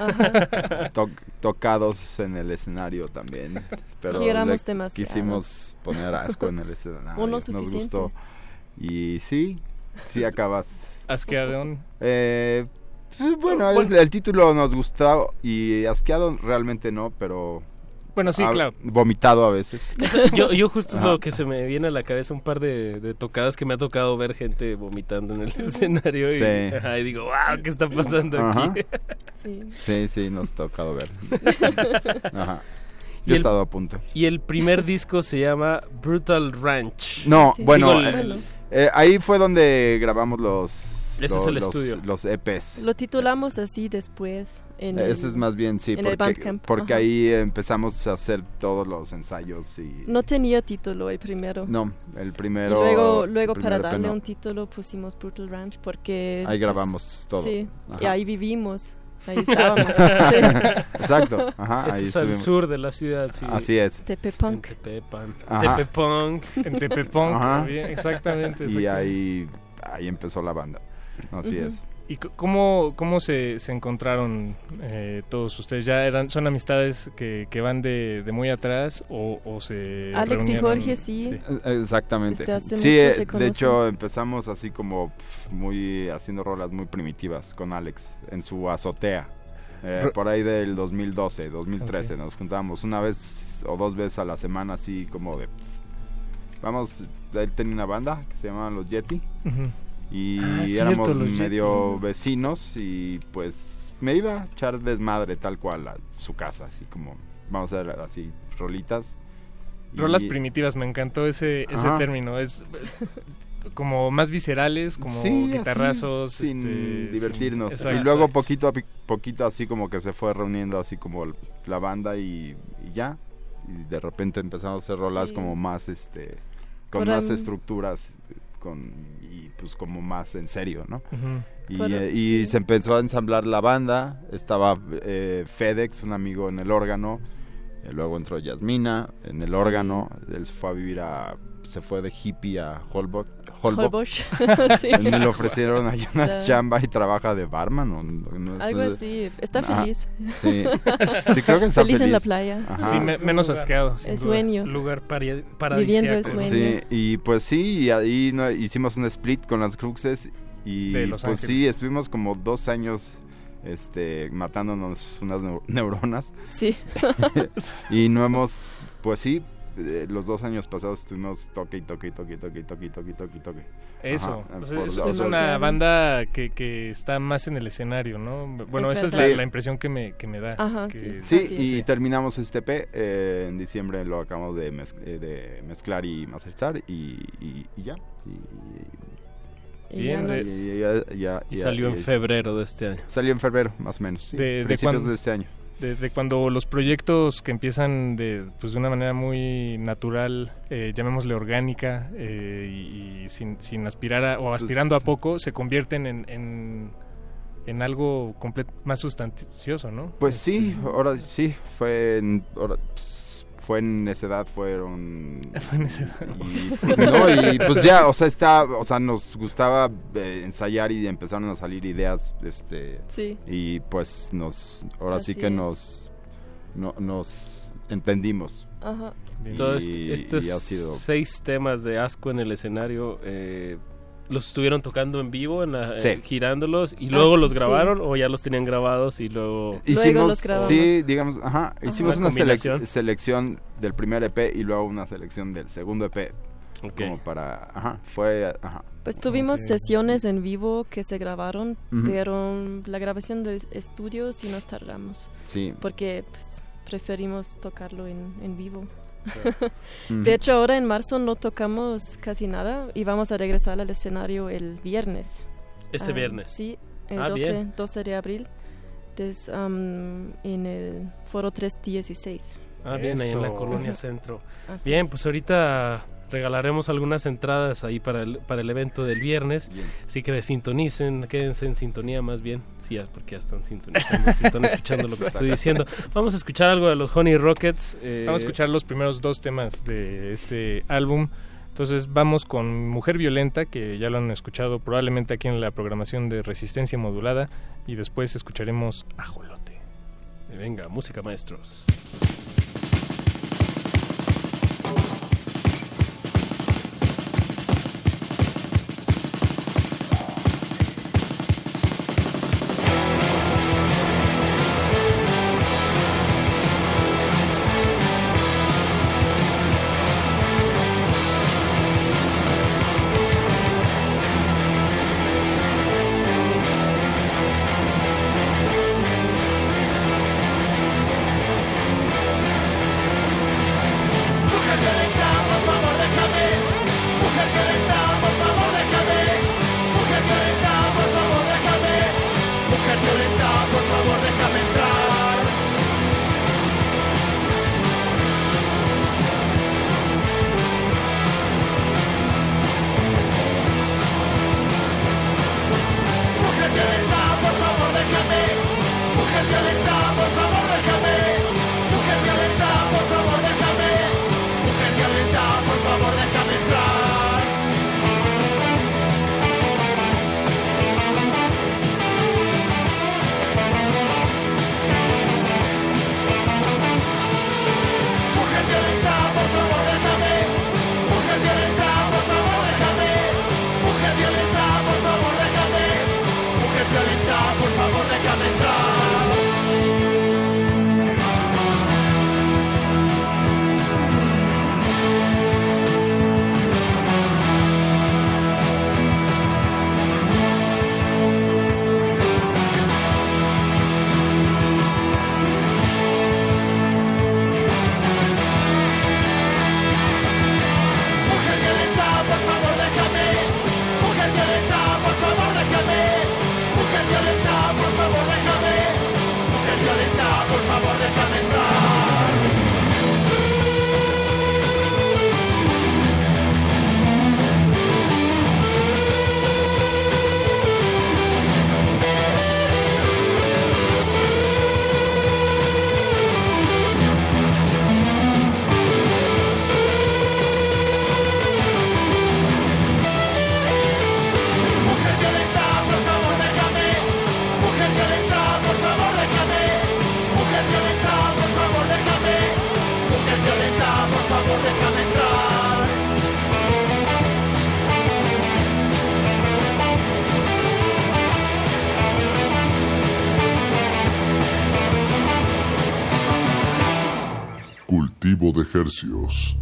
Tocados en el escenario también. Pero quisimos poner asco en el escenario. Uno suficiente. Nos gustó. Y sí acabas. ¿Asqueadón? Bueno, el título nos gustó y asqueado realmente no, pero... Bueno, sí, claro. Vomitado a veces. Yo justo lo que se me viene a la cabeza, un par de tocadas que me ha tocado ver gente vomitando en el escenario y digo, wow, ¿qué está pasando aquí? Sí, nos ha tocado ver. Ajá. Yo he estado a punto. Y el primer disco se llama Brutal Ranch. No, bueno, ahí fue donde grabamos los EPs. Lo titulamos así después. Ese es más bien, sí, porque ahí empezamos a hacer todos los ensayos. No tenía título el primero. No, el primero. Y luego para darle un título pusimos Brutal Ranch porque... Ahí grabamos todo. Sí, y ahí vivimos. ahí estábamos. Sí. Exacto, ajá, ahí es al sur de la ciudad, sí. Así es. Tepepunk. Tepepunk. En Tepepunk, Ajá. exactamente. Y ahí empezó la banda, así es. ¿Y cómo se encontraron todos ustedes? ¿Ya son amistades que van de muy atrás o se Alex y reunieron? Jorge, sí. Exactamente. Desde hace Sí, mucho se de conocen. hecho empezamos así como haciendo rolas muy primitivas con Alex en su azotea. Por ahí del 2012, 2013 nos juntábamos una vez o dos veces a la semana, así como de... él tenía una banda que se llamaba Los Yeti. Ujú. Y cierto, éramos Los medio Yeti. vecinos y pues me iba a echar desmadre tal cual a su casa, así como vamos a hacer así rolitas. Rolas primitivas, me encantó ese término. Es como más viscerales, como sí, guitarrazos. así, sin divertirnos. Exacto. Y luego poquito a poquito así como que se fue reuniendo así como la banda y ya. Y de repente empezamos a hacer rolas Sí. como más con Ahora, más estructuras y pues como más en serio, ¿no? Ujú. Y Sí. se empezó a ensamblar la banda. Estaba FedEx, un amigo en el órgano. Luego entró Yasmina en el órgano. Él se fue a vivir se fue de hippie a Holbox. Sí. Me le ofrecieron ahí una Ya. chamba y trabaja de barman. No Algo así. Está Ajá. feliz. Sí. Sí, creo que está feliz. en la feliz. playa. Ajá. Sí, menos asqueado. sin El duda. sueño. Lugar Viviendo el paradisíaco. sueño. Sí, y pues sí, y ahí hicimos un split con las Cruxes y De Los pues Ángeles. sí, estuvimos como 2 años matándonos unas neuronas. Sí. Y no hemos, pues sí, los 2 años pasados estuvimos toque. Eso, Ajá, o sea, por es dos. una banda que está más en el escenario, ¿no? Bueno, Es esa es verdad. la impresión que me da. Ajá, que- Sí, Así y es. terminamos este EP en diciembre, lo acabamos de mezclar y masterizar y ya. Y ya Bien, nos- Y salió en febrero de este año. Salió en febrero, más o menos, sí, De principios cuándo- de este año. de cuando los proyectos que empiezan de una manera muy natural, llamémosle orgánica, y sin aspirar o aspirando a poco, se convierten en algo más sustancioso, ¿no? Pues sí, ahora sí, fue en esa edad, fueron... Fue en esa edad. Y pues ya, o sea, nos gustaba ensayar y empezaron a salir ideas, Sí. y pues ahora sí Así que es. nos entendimos. Ajá. Todos Y estos ha sido... 6 temas de Asco en el escenario, ¿los estuvieron tocando en vivo, Sí. girándolos, y luego los sí. grabaron o ya los tenían grabados y luego... Luego los grabamos. Sí, digamos, hicimos Una una combinación. selección del primer EP y luego una selección del segundo EP. Ok. Como para, Pues tuvimos sesiones en vivo que se grabaron, Ujú. pero la grabación del estudio sí nos tardamos. Sí. Porque pues, preferimos tocarlo en vivo. Ujú. De hecho, ahora en marzo no tocamos casi nada y vamos a regresar al escenario el viernes. Este viernes. Sí, el Ah, 12, bien. 12 de abril en el Foro 316. Ah, bien, ahí en la Eso. Colonia Centro. Así Bien, es. pues ahorita regalaremos algunas entradas ahí para el evento del viernes. Bien. Así que sintonicen, quédense en sintonía más bien. Sí, porque ya están sintonizando, si están escuchando lo que estoy diciendo. Vamos a escuchar algo de los Honey Rockets. Vamos a escuchar los primeros 2 temas de este álbum. Entonces vamos con Mujer Violenta, que ya lo han escuchado probablemente aquí en la programación de Resistencia Modulada, y después escucharemos Ajolote. Venga, música, maestros. Mujer Cultivo de hercios.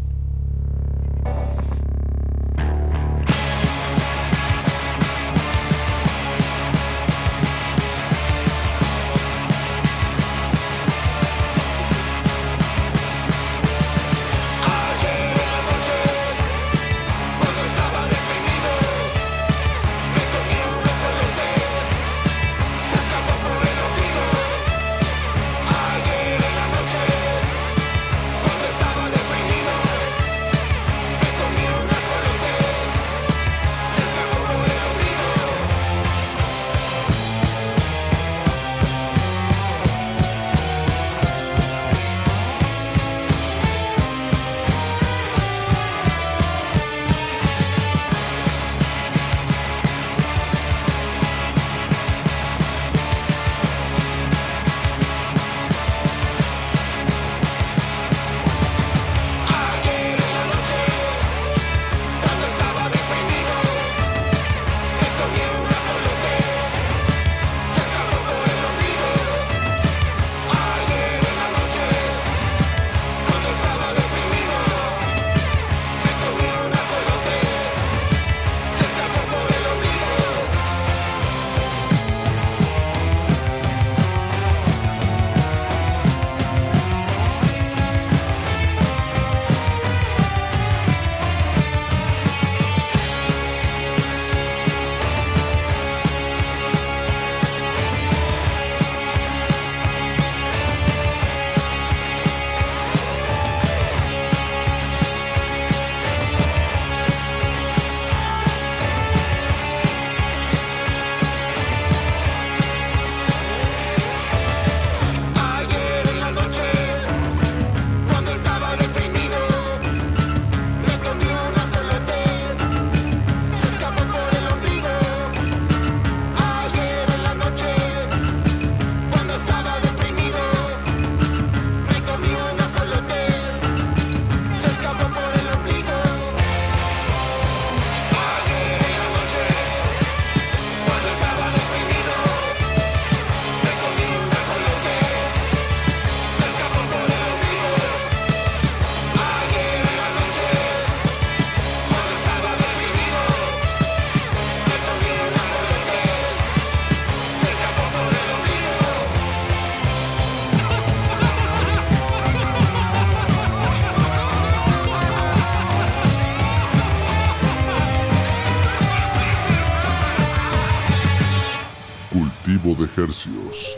Cultivo de hercios.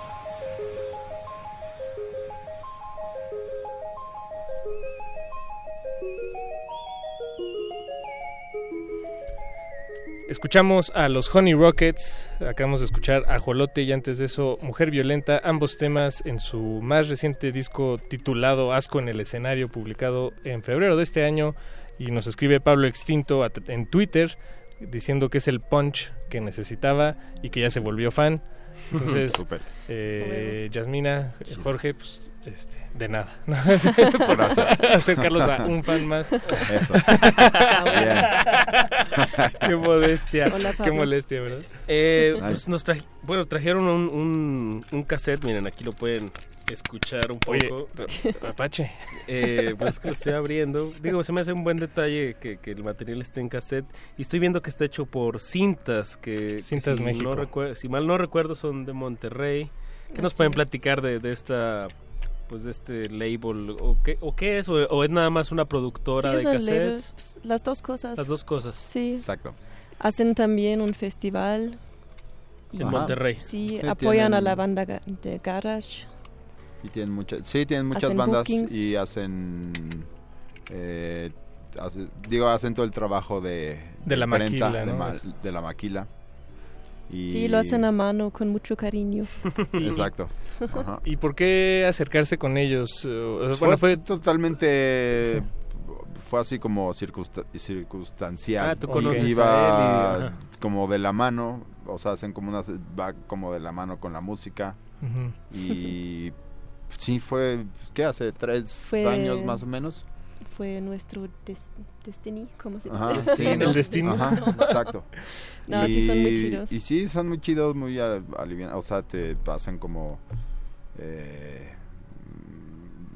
Escuchamos a los Honey Rockets, acabamos de escuchar Ajolote y antes de eso Mujer Violenta, ambos temas en su más reciente disco titulado Asco en el Escenario, publicado en febrero de este año, y nos escribe Pablo Extinto en Twitter diciendo que es el punch que necesitaba y que ya se volvió fan. Entonces, Yasmina, Jorge, pues de nada. Por acercarlos a un fan más. Eso. Qué modestia. Hola, qué molestia, ¿verdad? Pues trajeron un cassette, miren, aquí lo pueden escuchar un poco. Oye, Apache. Pues que lo estoy abriendo. Digo, se me hace un buen detalle que el material esté en cassette. Y estoy viendo que está hecho por Cintas, Cintas si México. Si mal no recuerdo, son de Monterrey. ¿Qué nos pueden platicar de esta, pues de este label? ¿O qué es? ¿O es nada más una productora de cassettes? Pues, las dos cosas. Las dos cosas. Sí. Exacto. Hacen también un festival. En Monterrey. Sí, apoyan a la banda de Garage. Y tienen muchas Hacen bandas bookings. y hacen hacen todo el trabajo de la imprenta, maquila, ¿no? de la maquila. Y Sí, lo hacen a mano con mucho cariño. Exacto. Ajá. ¿Y por qué acercarse con ellos? Fue totalmente... Fue así como circunstancial. Tú conoces iba a él como de la mano, o sea, hacen como va como de la mano con la música. Uh-huh. Y sí, fue, ¿qué? Hace 3 años más o menos. Fue nuestro destino, ¿cómo se dice? Ajá, sí, el destino. Ajá, exacto. No, sí son muy chidos. Y sí, son muy chidos, muy alivianados, o sea, te hacen como...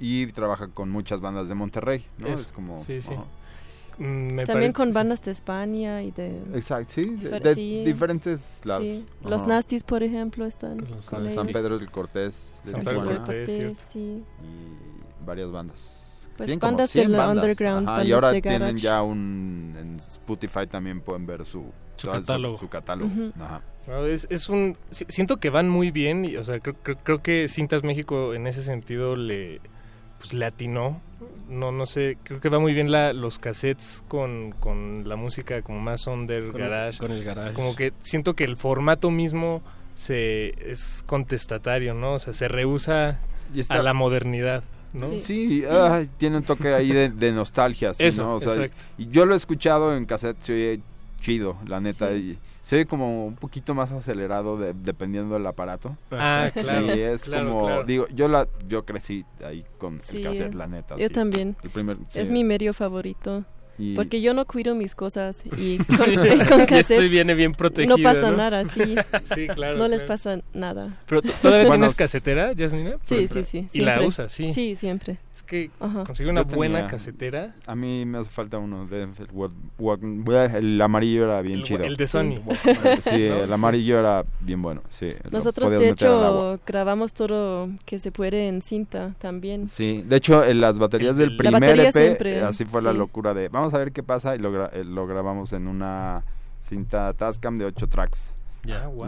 y trabaja con muchas bandas de Monterrey, ¿no? Eso, Es como... sí. ajá. También con bandas de España y de... Exacto, sí, de diferentes lados. Sí. Los Nasties, por ejemplo, están con San ellos. Pedro del Cortés, de San Tijuana. Pedro del Cortés, sí. Y varias bandas. Pues Tienen como bandas 100 del bandas. underground, Ajá, y bandas ahora de tienen garage. ya en Spotify también pueden ver su catálogo. Su catálogo. Ujú. Ajá. No, siento que van muy bien, y, o sea, creo que Cintas México en ese sentido le atinó. No sé, creo que va muy bien los cassettes con la música como más under, garage. Con el garage. Como que siento que el formato mismo es contestatario, ¿no? O sea, se rehúsa a la modernidad, ¿no? Sí, tiene un toque ahí de nostalgia, ¿sí? Eso, ¿no? O sea, exacto. y yo lo he escuchado en cassette, se oye chido, la neta, Sí. y se oye como un poquito más acelerado dependiendo del aparato. Ah, claro. Sí, es claro, como, claro. digo, yo crecí ahí con Sí, el cassette, la neta. Yo sí. también. El primer, Es sí. mi medio favorito. Y- Porque yo no cuido mis cosas y con cassettes viene bien protegido, no pasa ¿no? nada, sí. Sí, claro. No les claro. pasa nada. Pero ¿todavía Bueno, tienes casetera, Yasmina? Sí, sí, sí. ¿Y la siempre. usas? Sí. Sí, siempre. Es que Ajá. conseguir una Yo buena tenía- casetera. A mí me hace falta uno. El amarillo era bien chido. El de Sony. Sí, ¿no? el amarillo era bien bueno. Sí, lo Nosotros, podías de meter al agua. hecho, grabamos todo que se puede en cinta también. Sí, de hecho, en las baterías del La primer batería EP, siempre, así fue la sí. locura de vamos a ver qué pasa y lo grabamos en una cinta Tascam de 8 tracks. Ya, wow.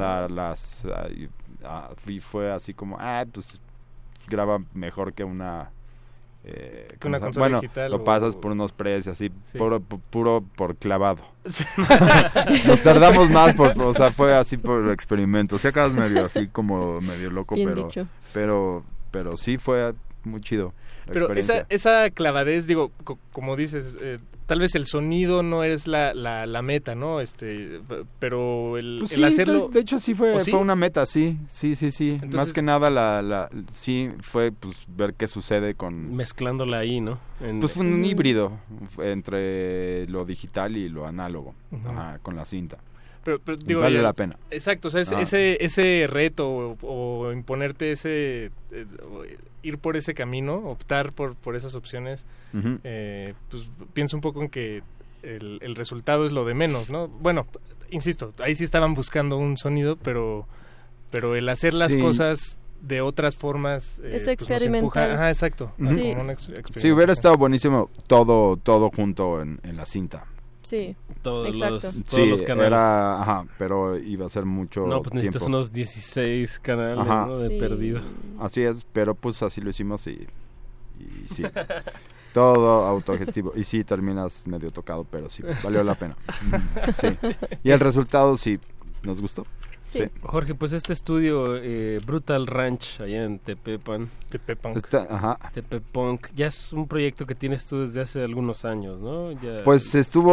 Y fue así como, pues graba mejor que una... Que una ¿cómo se- consola bueno, digital lo o- pasas por unos precios así, Sí. puro por clavado. Nos tardamos más, o sea, fue así por experimento. Si acabas medio así como medio loco, Bien dicho. pero sí fue muy chido. la Pero experiencia. esa clavadez, digo, como dices, tal vez el sonido no es la meta, ¿no? Pero el Pues sí, hacerlo... de hecho sí fue ¿O sí? fue una meta, sí. Entonces- Más que nada sí fue pues ver qué sucede con Mezclándola ahí, ¿no? pues fue un híbrido entre lo digital y lo análogo, Ujú. ajá, con la cinta. Pero digo, vale ya- la pena. Exacto, o sea, Ah. ese reto o imponerte ir por ese camino, optar por esas opciones, Ujú. pues pienso un poco en que el resultado es lo de menos, ¿no? Bueno, insisto, ahí sí estaban buscando un sonido, pero el hacer las Sí. cosas de otras formas Es pues, nos experimental. empuja- ajá, exacto. Ujú. como una Sí, experimentación. hubiera estado buenísimo todo junto en la cinta. Sí, Todos exacto. todos Sí, los canales. pero iba a ser mucho No, pues necesitas tiempo. unos 16 canales, Ajá. ¿no? De Sí. perdido. Así es, pero pues así lo hicimos y sí. Todo autogestivo. Y sí, terminas medio tocado, pero sí, valió la pena. Sí. Y el resultado sí, nos gustó. Sí. Sí. Jorge, pues este estudio Brutal Ranch allá en Tepepan, Tepepunk. Ajá. Tepepunk, ya es un proyecto que tienes tú desde hace algunos años, ¿no? Ya... Pues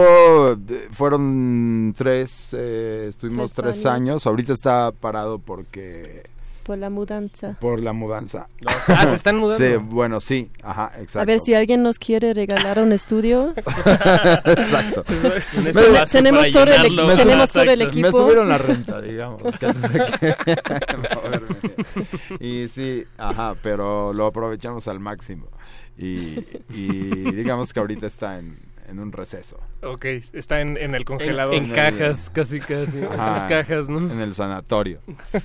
fueron estuvimos 3 años. Ahorita está parado Por la mudanza. por la mudanza. Se están mudando. Sí, bueno, sí, ajá, exacto. A ver si alguien nos quiere regalar un estudio. Exacto. Un espacio tenemos para todo el, llenarlo. tenemos todo el Exacto. equipo. Me subieron la renta, digamos. que tuve que moverme. Y sí, ajá, pero lo aprovechamos al máximo. Y digamos que ahorita está en un receso. Ok, está en el congelador. En cajas, casi, en sus cajas, ¿no? En el sanatorio.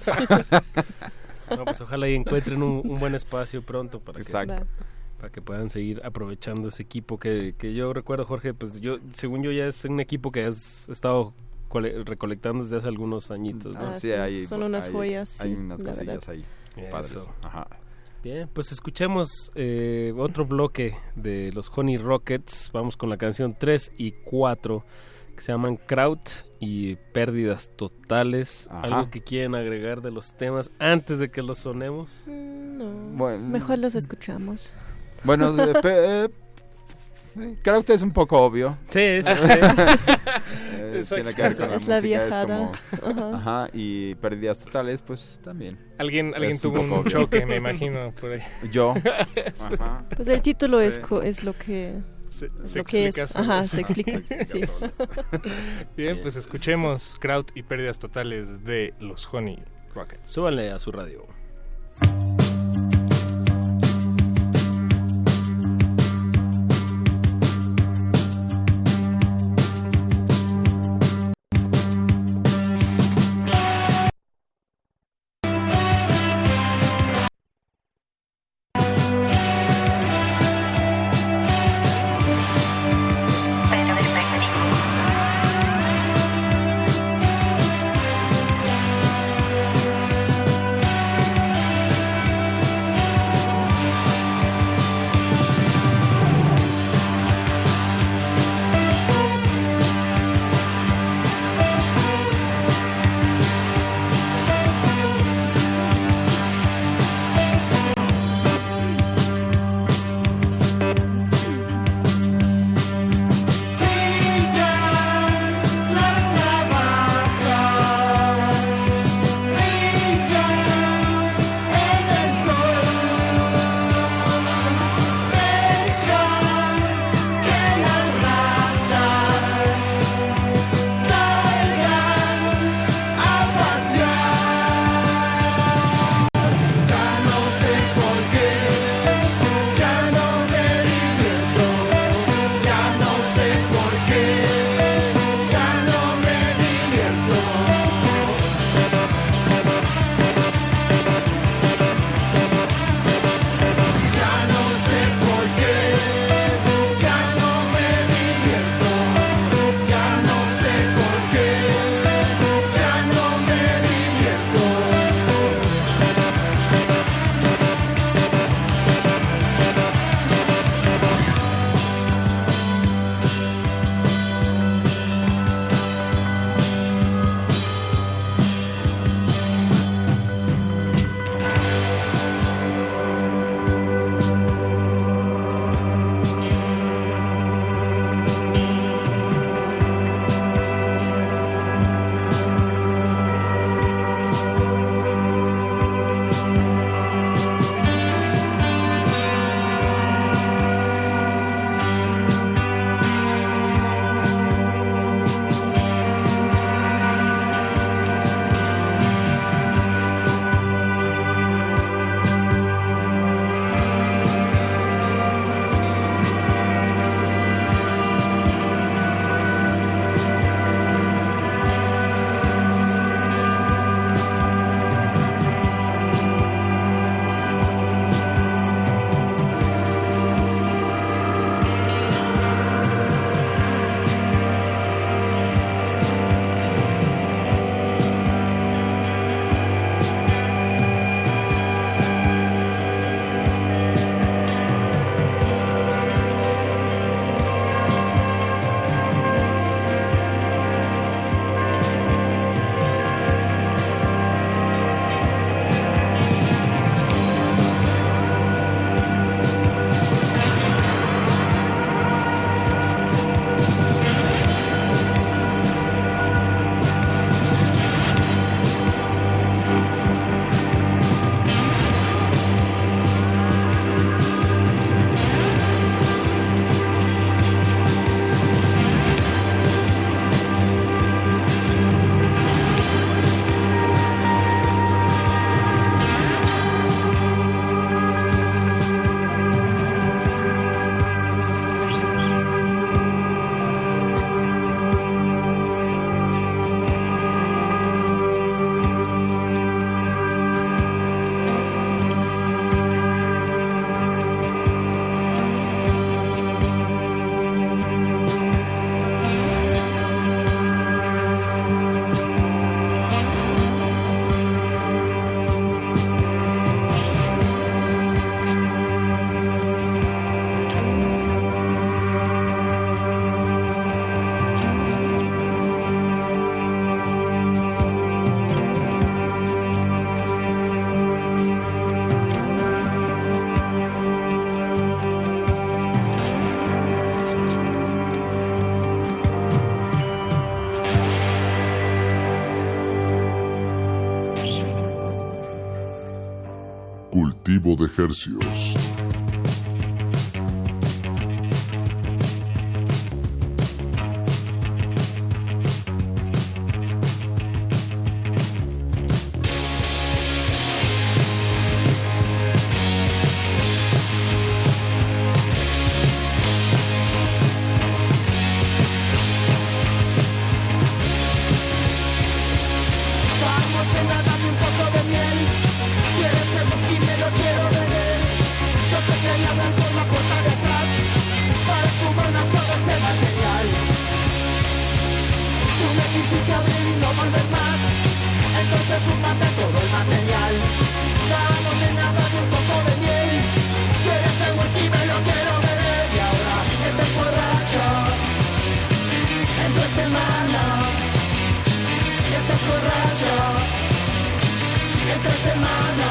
No, pues ojalá y encuentren un buen espacio pronto para Exacto. que puedan seguir aprovechando ese equipo que yo recuerdo, Jorge, pues según yo ya es un equipo que has estado recolectando desde hace algunos añitos, ¿no? Ah, sí, son unas joyas, Hay sí, unas la cosillas verdad. ahí. Eso. Padres. Ajá. Bien, pues escuchemos otro bloque de los Honey Rockets. Vamos con la canción 3 y 4 que se llaman Kraut y Pérdidas Totales. Ajá. ¿Algo que quieren agregar de los temas antes de que los sonemos? No, Bueno. mejor los escuchamos. Bueno, Kraut es un poco obvio. Sí, sí. Tiene que ver con Es la la música, viajada. como, ajá, y pérdidas totales, pues también. Alguien Es tuvo un poco un obvio. choque, me imagino, por ahí. Yo. Ajá. Pues el título Sí. es lo que Se lo que es. explica solo. Ajá, se explica. Sí. Bien, pues escuchemos Kraut y Pérdidas Totales de los Honey Rockets. Súbanle a su radio. Cultivo de Hercios. Vamos, nena, dame un poco de miel. ¿Quieres el whisky? Me lo quiero beber. Yo te quería ver por la puerta de atrás para esfumarnos todo ese material. Tú me quisiste abrir y no volver más, entonces fúmate todo el material. Vamos, nena, dame un poco de miel. ¿Quieres el whisky? Me lo quiero beber. Y ahora estás borracho entre semana. Estás borracho entre semana.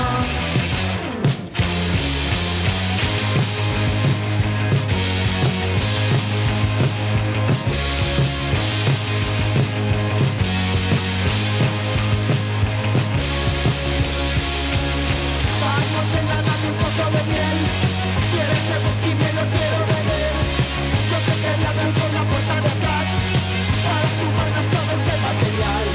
Vamos, nena, dame un poco de miel. ¿Quieres el whisky? Me lo quiero beber. Yo te quería ver por la puerta de atrás para fumarnos todo ese material.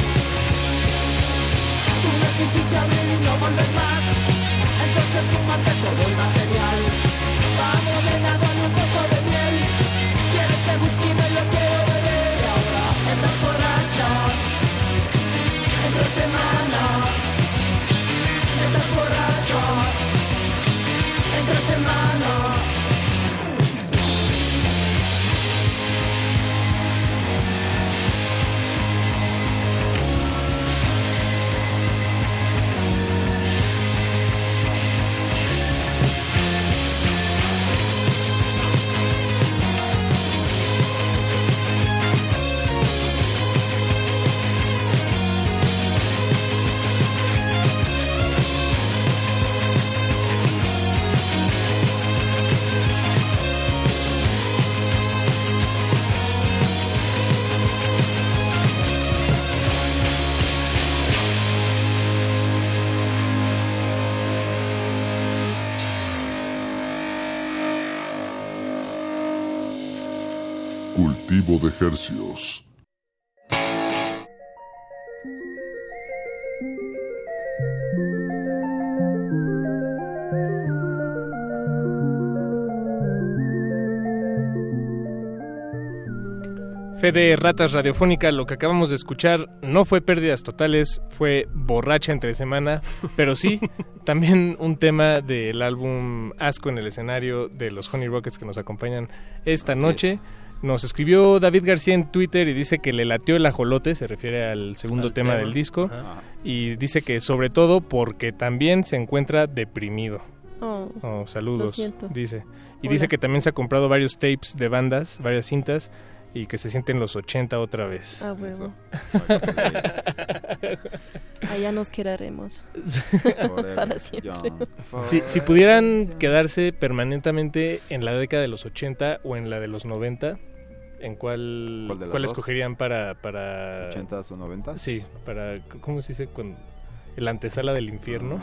Tú me quisiste abrir y no volver más, entonces fúmate todo el material. Vamos, nena, dame un poco de miel. ¿Quieres el whisky? Me lo quiero beber. Y ahora estás borracha entre semana. Estás borracho entre semana. Cultivo de Hercios. Fe de Ratas Radiofónica, lo que acabamos de escuchar no fue Pérdidas Totales, fue Borracha entre semana, pero sí, también un tema del álbum Asco en el escenario de los Honey Rockets que nos acompañan esta noche. Nos escribió David García en Twitter y dice que le latió el ajolote, se refiere al segundo tema del disco, y dice que sobre todo porque también se encuentra deprimido. Saludos, lo siento. dice. Y Hola. dice que también se ha comprado varios tapes de bandas, varias cintas, y que se sienten los 80 otra vez. Ah, huevo. Allá nos quedaremos. Para siempre. Si pudieran quedarse permanentemente en la década de los 80 o en la de los 90, ¿en cuál de las dos? escogerían para ¿80s o 90s? Sí, para ¿cómo se dice? Con el antesala del infierno.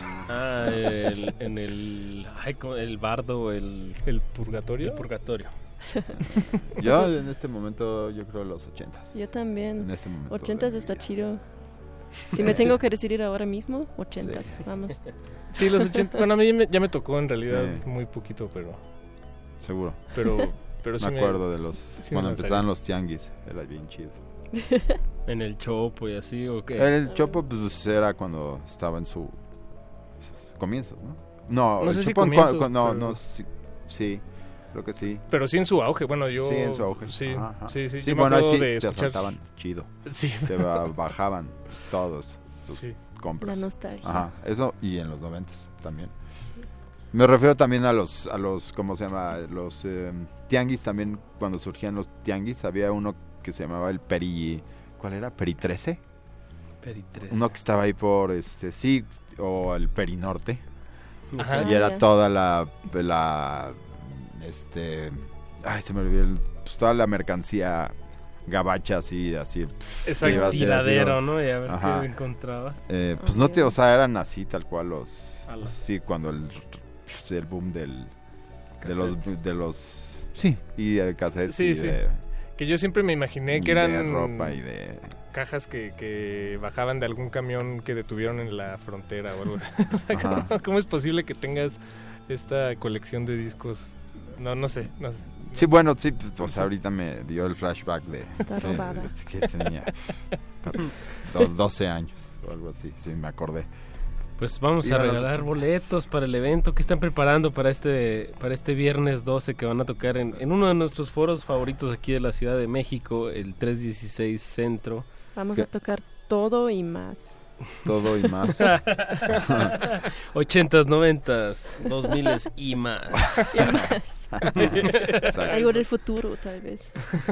El bardo, el purgatorio. El purgatorio. Yo en este momento yo creo los 80s. Yo también. En este momento. 80s está chido. Si me tengo que decidir ahora mismo, 80s, vamos. Sí, los 80. Bueno, a mí ya me tocó en realidad muy poquito, pero seguro. Pero sí me acuerdo de los sí cuando me empezaban los tianguis, era bien chido. En el Chopo y así, ¿o qué? El Chopo pues era cuando estaba en su comienzo, ¿no? No, no el sé Chopo si comienzo, pero... sí, creo que sí. Pero sí en su auge, bueno, yo... Sí, en su auge. Sí, ajá. sí, Sí, yo bueno, me acuerdo sí, de te escuchar... asaltaban chido. Sí. Te bajaban todos tus compras. La nostalgia. Ajá, eso y en los 90s también. Sí. Me refiero también a los ¿cómo se llama? Los tianguis también, cuando surgían los tianguis, había uno que se llamaba el ¿cuál era? ¿Peri 13? Peri 13. Uno que estaba ahí por, sí, o el Perinorte. Ajá. Y era toda ay, se me olvidó, pues toda la mercancía gabacha así. Exacto, tiradero, ¿no? Y a ver qué encontrabas. Pues no o sea, eran así tal cual sí, cuando el boom de los y de cassettes que yo siempre me imaginé que eran de ropa y de cajas que bajaban de algún camión que detuvieron en la frontera o algo así. O sea, ¿cómo es posible que tengas esta colección de discos? No sé. Sí, bueno, sí, o sea, ahorita me dio el flashback de que tenía 12 años o algo así, sí, me acordé. Pues vamos a regalar boletos para el evento que están preparando para este viernes 12 que van a tocar en uno de nuestros foros favoritos aquí de la Ciudad de México, el 316 Centro. Vamos a tocar todo y más. Todo y más. 80s, 90s, 2000s y más. Algo del futuro, tal vez.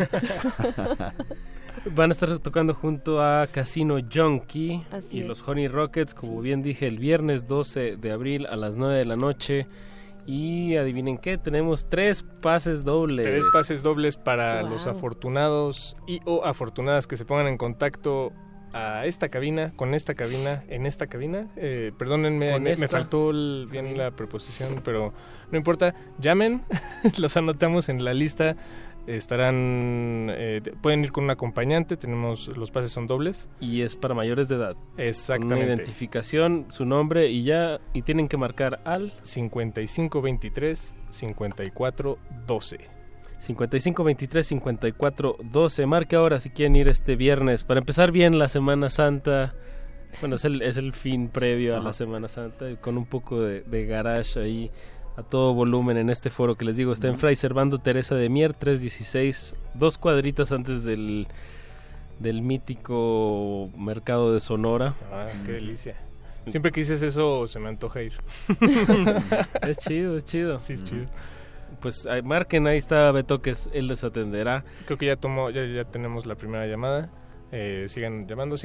Van a estar tocando junto a Casino Junkie y los Honey Rockets, como bien dije, el viernes 12 de abril a las 9 de la noche. Y adivinen qué, tenemos 3 pases dobles. 3 pases dobles para los afortunados o afortunadas que se pongan en contacto a esta cabina, con esta cabina, en esta cabina. Perdónenme, me faltó bien la preposición, pero no importa. Llamen, los anotamos en la lista. Estarán, pueden ir con un acompañante, los pases son dobles. Y es para mayores de edad. Exactamente. Una identificación, su nombre y tienen que marcar al 5523-5412. 5523-5412. Marque ahora si quieren ir este viernes para empezar bien la Semana Santa. Bueno, es el fin previo a la Semana Santa, con un poco de garage ahí a todo volumen en este foro que les digo, está en Fray Servando Teresa de Mier 316, 2 cuadritas antes del mítico mercado de Sonora. Qué delicia. Siempre que dices eso se me antoja ir. Es chido. Sí, es chido. Pues marquen, ahí está Beto, que él les atenderá. Creo que ya tenemos la primera llamada. Sigan llamando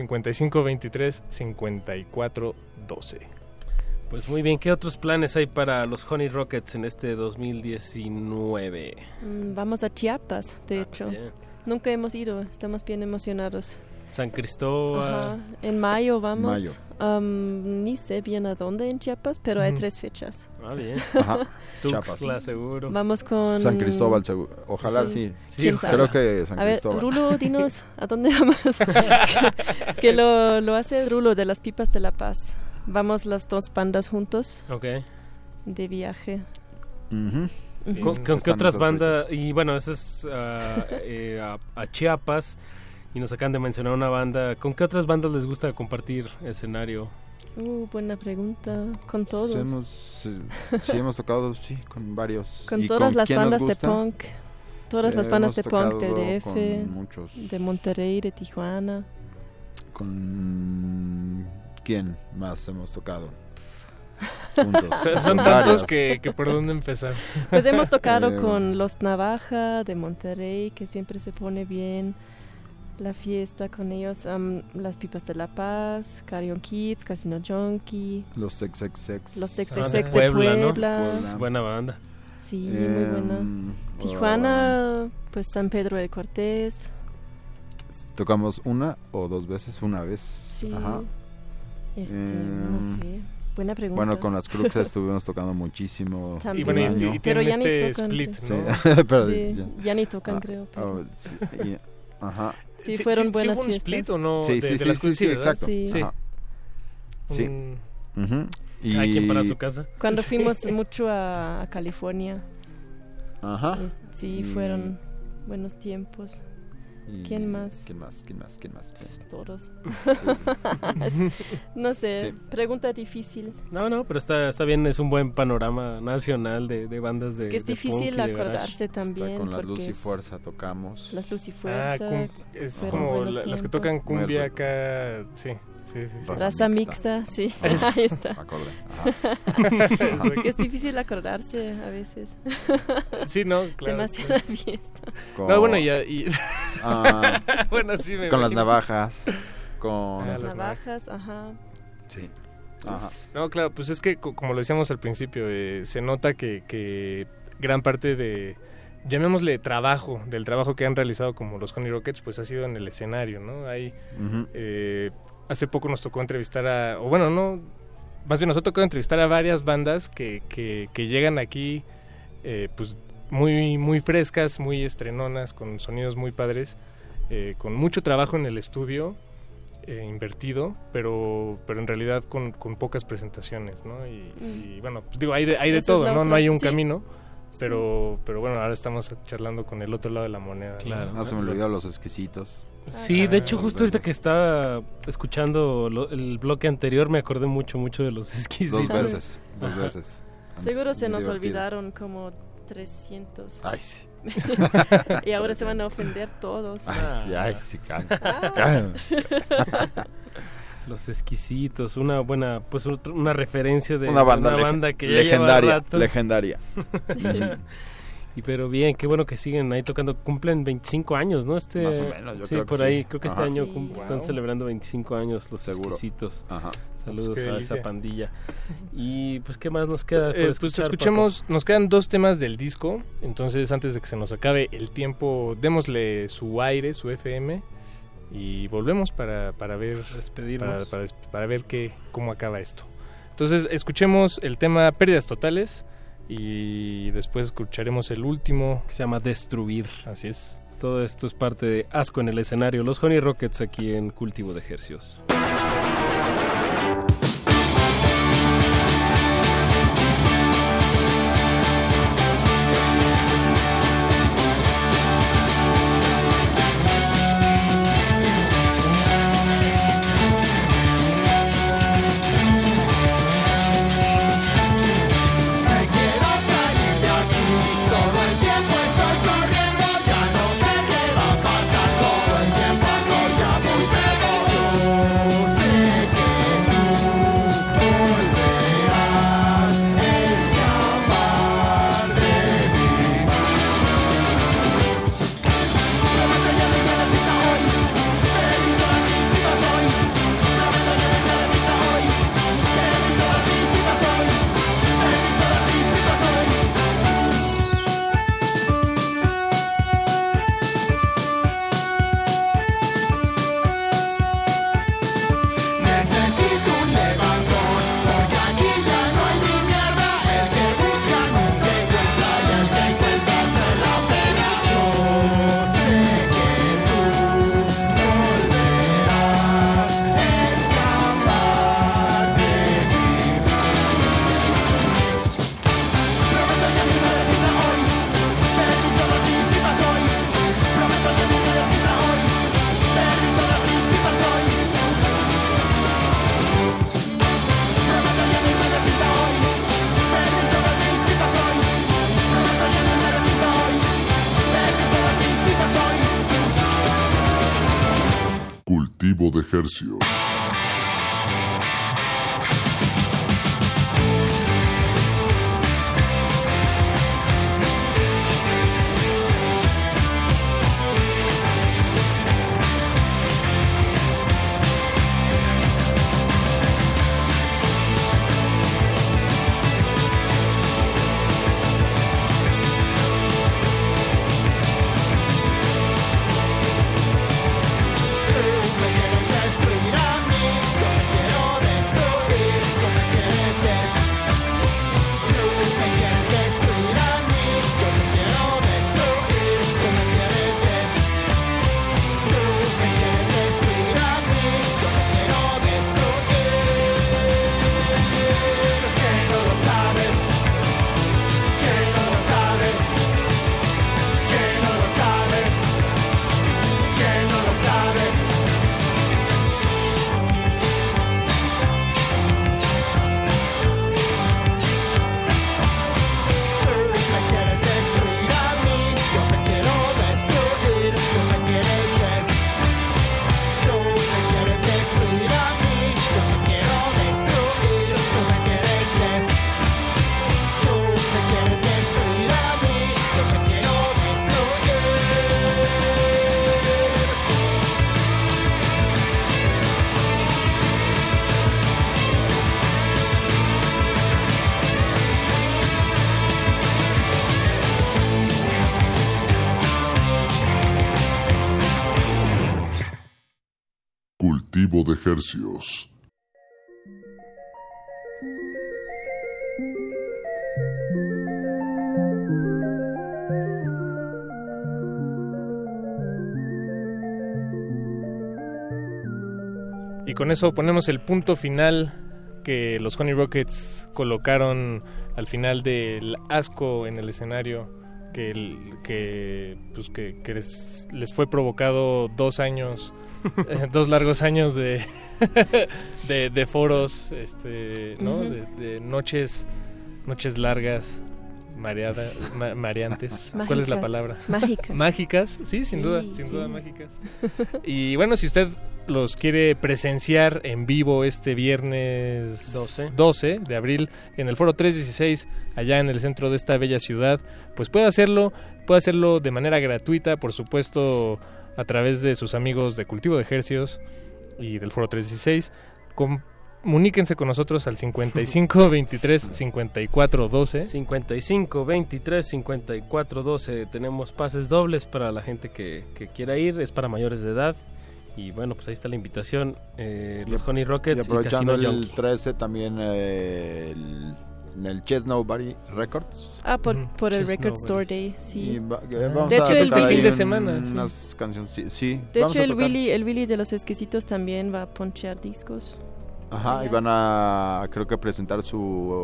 5523-5412. Pues muy bien, ¿qué otros planes hay para los Honey Rockets en este 2019? Vamos a Chiapas, de hecho. Bien. Nunca hemos ido, estamos bien emocionados. San Cristóbal. Ajá. En mayo vamos. Ni sé bien a dónde en Chiapas, pero hay 3 fechas. Bien. Tuxtla, seguro. Vamos con San Cristóbal, seguro. Ojalá sí. Creo que San Cristóbal. A ver, Rulo, dinos, ¿a dónde vamos? Es que lo hace Rulo de las Pipas de la Paz. Vamos las 2 bandas juntos. De viaje. ¿Con qué otras bandas? Y bueno, eso es a Chiapas. Y nos acaban de mencionar una banda. ¿Con qué otras bandas les gusta compartir escenario? Buena pregunta. Con todos. Sí, hemos tocado, con varios. Con todas las bandas de punk. Todas las bandas de punk de DF, de Monterrey, de Tijuana. ¿Con quién más hemos tocado? Juntos. Son tantos que por dónde empezar. Pues hemos tocado con Los Navaja de Monterrey, que siempre se pone bien la fiesta con ellos. Las Pipas de la Paz, Carrion Kids, Casino Junkie, los XXX de Puebla, ¿no? Buena banda. Sí, muy buena. Tijuana, pues San Pedro de Cortés. Tocamos 1 o 2 veces, una vez. Sí. No sé. Buena pregunta. Bueno, con las Crux estuvimos tocando muchísimo. También. Y bueno, y pero ya este ni tocan, split, sí. ¿no? Pero ya ni tocan, creo. Pero... Sí, fueron buenas ¿hubo un fiestas. split o no? Sí, de las Crux, exacto. Sí. Sí. ¿Hay quien para su casa? Cuando fuimos mucho a California. Sí, fueron buenos tiempos. ¿Quién más? ¿Quién más? Todos. No sé, pregunta difícil. No, pero está bien, es un buen panorama nacional de bandas de. Es que es difícil acordarse también. Con las Luz y Fuerza tocamos. Las Luz y Fuerza. Es como las que tocan cumbia acá, sí. Raza mixta, sí. Ahí está. Es que es difícil acordarse a veces. Sí, no, claro. Demasiada fiesta. No, bueno, bueno, sí, con las navajas. Con las navajas, ajá. Sí. No, claro, pues es que como lo decíamos al principio, se nota que gran parte de llamémosle del trabajo que han realizado como los Honey Rockets, pues ha sido en el escenario, ¿no? Hay, hace poco nos tocó entrevistar más bien nos ha tocado entrevistar a varias bandas que llegan aquí, pues muy, muy frescas, muy estrenonas, con sonidos muy padres, con mucho trabajo en el estudio, invertido, pero en realidad con pocas presentaciones, ¿no? Y bueno, digo, hay de todo, ¿no? No hay un camino. Pero bueno, ahora estamos charlando con el otro lado de la moneda. Claro. Se me olvidó los exquisitos. Sí, de hecho justo ahorita que estaba escuchando el bloque anterior me acordé mucho de los exquisitos. Dos veces. Seguro se nos olvidaron como 300. Ay, sí. Y ahora se van a ofender todos. Ay, sí, Los exquisitos, una buena, pues una referencia de una banda que ya lleva rato. Legendaria. Y pero bien, qué bueno que siguen ahí tocando, cumplen 25 años, ¿no? Más o menos, yo creo que por ahí, sí. Creo que este año están celebrando 25 años los exquisitos. Ajá. Saludos a esa pandilla. Y pues, ¿qué más nos queda? Pues escuchemos, nos quedan 2 temas del disco, entonces antes de que se nos acabe el tiempo, démosle su aire, su FM, y volvemos para ver, despedirnos, para ver cómo acaba esto. Entonces escuchemos el tema Pérdidas Totales y después escucharemos el último que se llama Destruir. Así es. Todo esto es parte de Asco en el escenario, los Honey Rockets aquí en Cultivo de Hercios. Cultivo de Hercios. Me quiero destruirán de Hercios. Y con eso ponemos el punto final que los Honey Rockets colocaron al final del asco en el escenario que les fue provocado 2 años, 2 largos años de foros, ¿no? Ujú. de noches largas, mareantes. ¿Cuál es la Mágicas. palabra? Mágicas. Mágicas, sí, sin duda mágicas. Y si usted los quiere presenciar en vivo este viernes 12 de abril en el Foro 316, allá en el centro de esta bella ciudad, pues puede hacerlo de manera gratuita, por supuesto, a través de sus amigos de Cultivo de Hercios y del Foro 316. Comuníquense con nosotros al 55 23 54 12. 55 23 54 12. Tenemos pases dobles para la gente que quiera ir, es para mayores de edad. Y bueno, pues ahí está la invitación. Los Honey Rockets y aprovechando Casino el Junkie. 13 también en el Chess Nobody Records. Por el Record Store Day, sí. Y vamos de hecho, a tocar ahí fin de semana, unas canciones, sí. De vamos hecho, a el tocar. Willy de los Exquisitos también va a ponchear discos. Ajá, y van a, creo que presentar su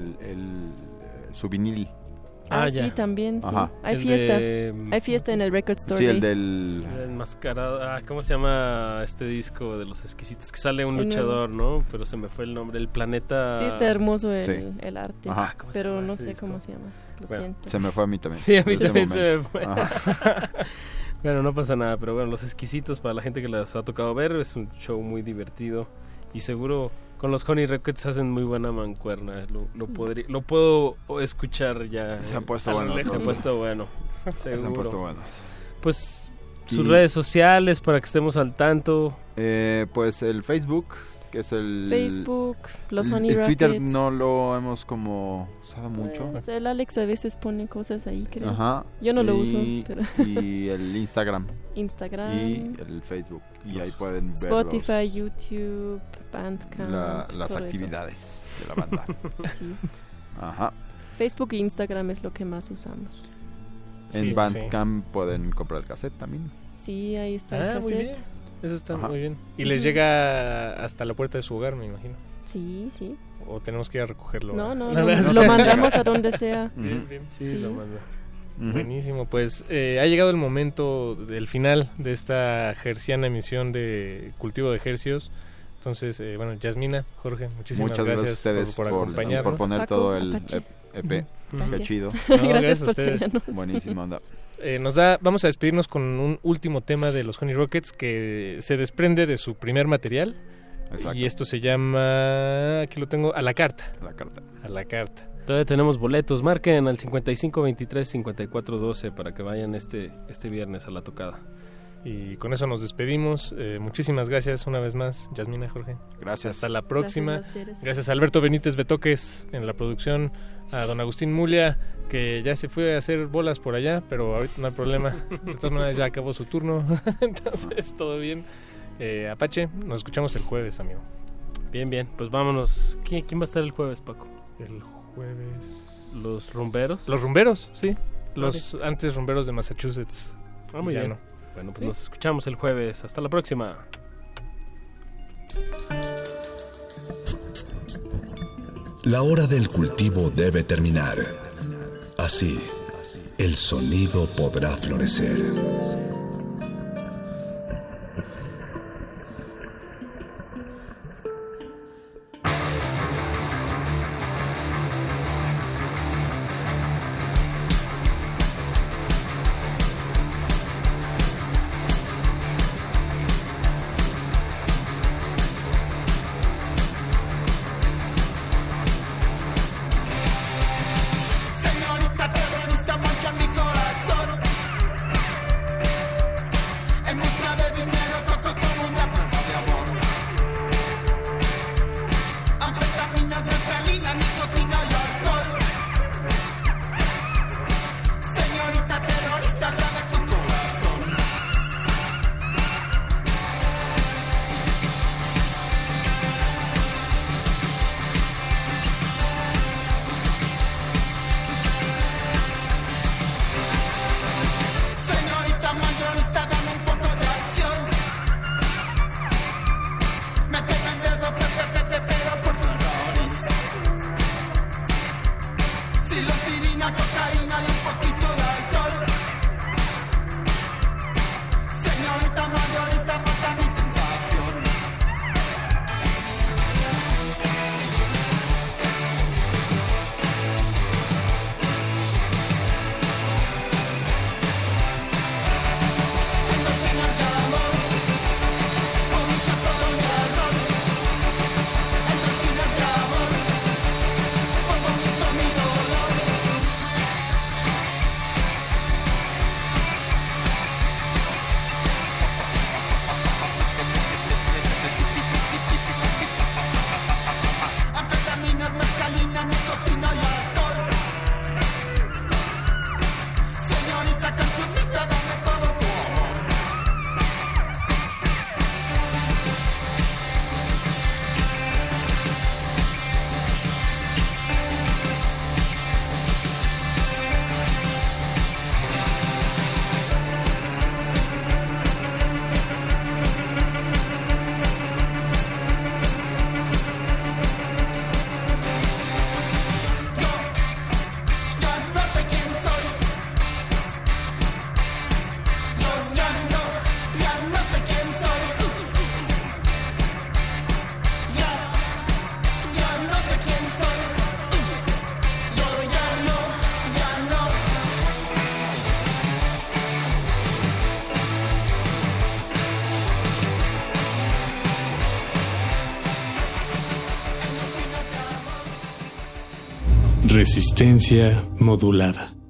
vinil. Sí, también, sí. Ajá. Hay El fiesta. de- Hay fiesta en el Record Store Sí, Day. el del... El enmascarado. ¿Cómo se llama este disco de los exquisitos? Que sale un El luchador, ¿no? Pero se me fue el nombre. El planeta. Sí, está hermoso Sí. el arte. Ajá. ¿Cómo se Pero llama no ese sé disco? cómo se llama. Lo Bueno, siento. Se me fue a mí también. Sí, a mí en este también se me momento. fue. Ajá. Bueno, no pasa nada, pero bueno, Los Exquisitos, para la gente que les ha tocado ver, es un show muy divertido y seguro con los Honey Rockets hacen muy buena mancuerna. Lo puedo escuchar ya. Se han puesto a lo buenos, lejos. Se ¿no? han puesto bueno. Seguro. Se han puesto buenos. Pues sus Y- redes sociales para que estemos al tanto. Pues el Facebook, que es el... Facebook, los el- Honey el Twitter Rockets. no lo hemos como usado mucho. Pues el Alex a veces pone cosas ahí, creo. Ajá. Yo no lo uso, Y- pero... Y el Instagram. Instagram. Y el Facebook. Y ahí pueden ver Spotify, YouTube, Bandcamp. las todo eso. actividades de la banda. Sí. Ajá. Facebook e Instagram es lo que más usamos. En Sí, Bandcamp pueden comprar el cassette también. Sí, ahí está el Muy cassette. bien. Eso está Ajá. muy bien. Y les Ujú. llega hasta la puerta de su hogar, me imagino. Sí, sí. O tenemos que ir a recogerlo. No, lo mandamos a donde sea. Bien, bien. Sí, lo mando. Buenísimo, pues ha llegado el momento del final de esta herciana emisión de Cultivo de Hercios. Entonces, Yasmina, Jorge, muchísimas Muchas gracias a ustedes por acompañarnos. por poner Paco, todo el Apache. EP. Gracias. Qué chido. Gracias por ustedes. tenernos. Buenísimo, onda. Vamos a despedirnos con un último tema de los Honey Rockets que se desprende de su primer material. Exacto. Y esto se llama, aquí lo tengo, A la Carta. A la carta. A la Carta. Todavía tenemos boletos. Marquen al 55 23 54 12 para que vayan este viernes a la tocada. Y con eso nos despedimos. Muchísimas gracias una vez más, Yasmina, Jorge. Gracias. Hasta la próxima. Gracias a ustedes. Gracias a Alberto Benítez Betoques en la producción, a don Agustín Mulia, que ya se fue a hacer bolas por allá, pero ahorita no hay problema. De todas maneras ya acabó su turno, entonces todo bien. Apache, nos escuchamos el jueves, amigo. Bien, pues vámonos. ¿Quién va a estar el jueves, Paco? El jueves... ¿Los rumberos? Los rumberos, sí. Los antes rumberos de Massachusetts. Muy Ya bien. no. Bueno, pues ¿Sí? nos escuchamos el jueves. Hasta la próxima. La hora del cultivo debe terminar. Así, el sonido podrá florecer. Señorita, te gusta mucho mi corazón. Resistencia modulada.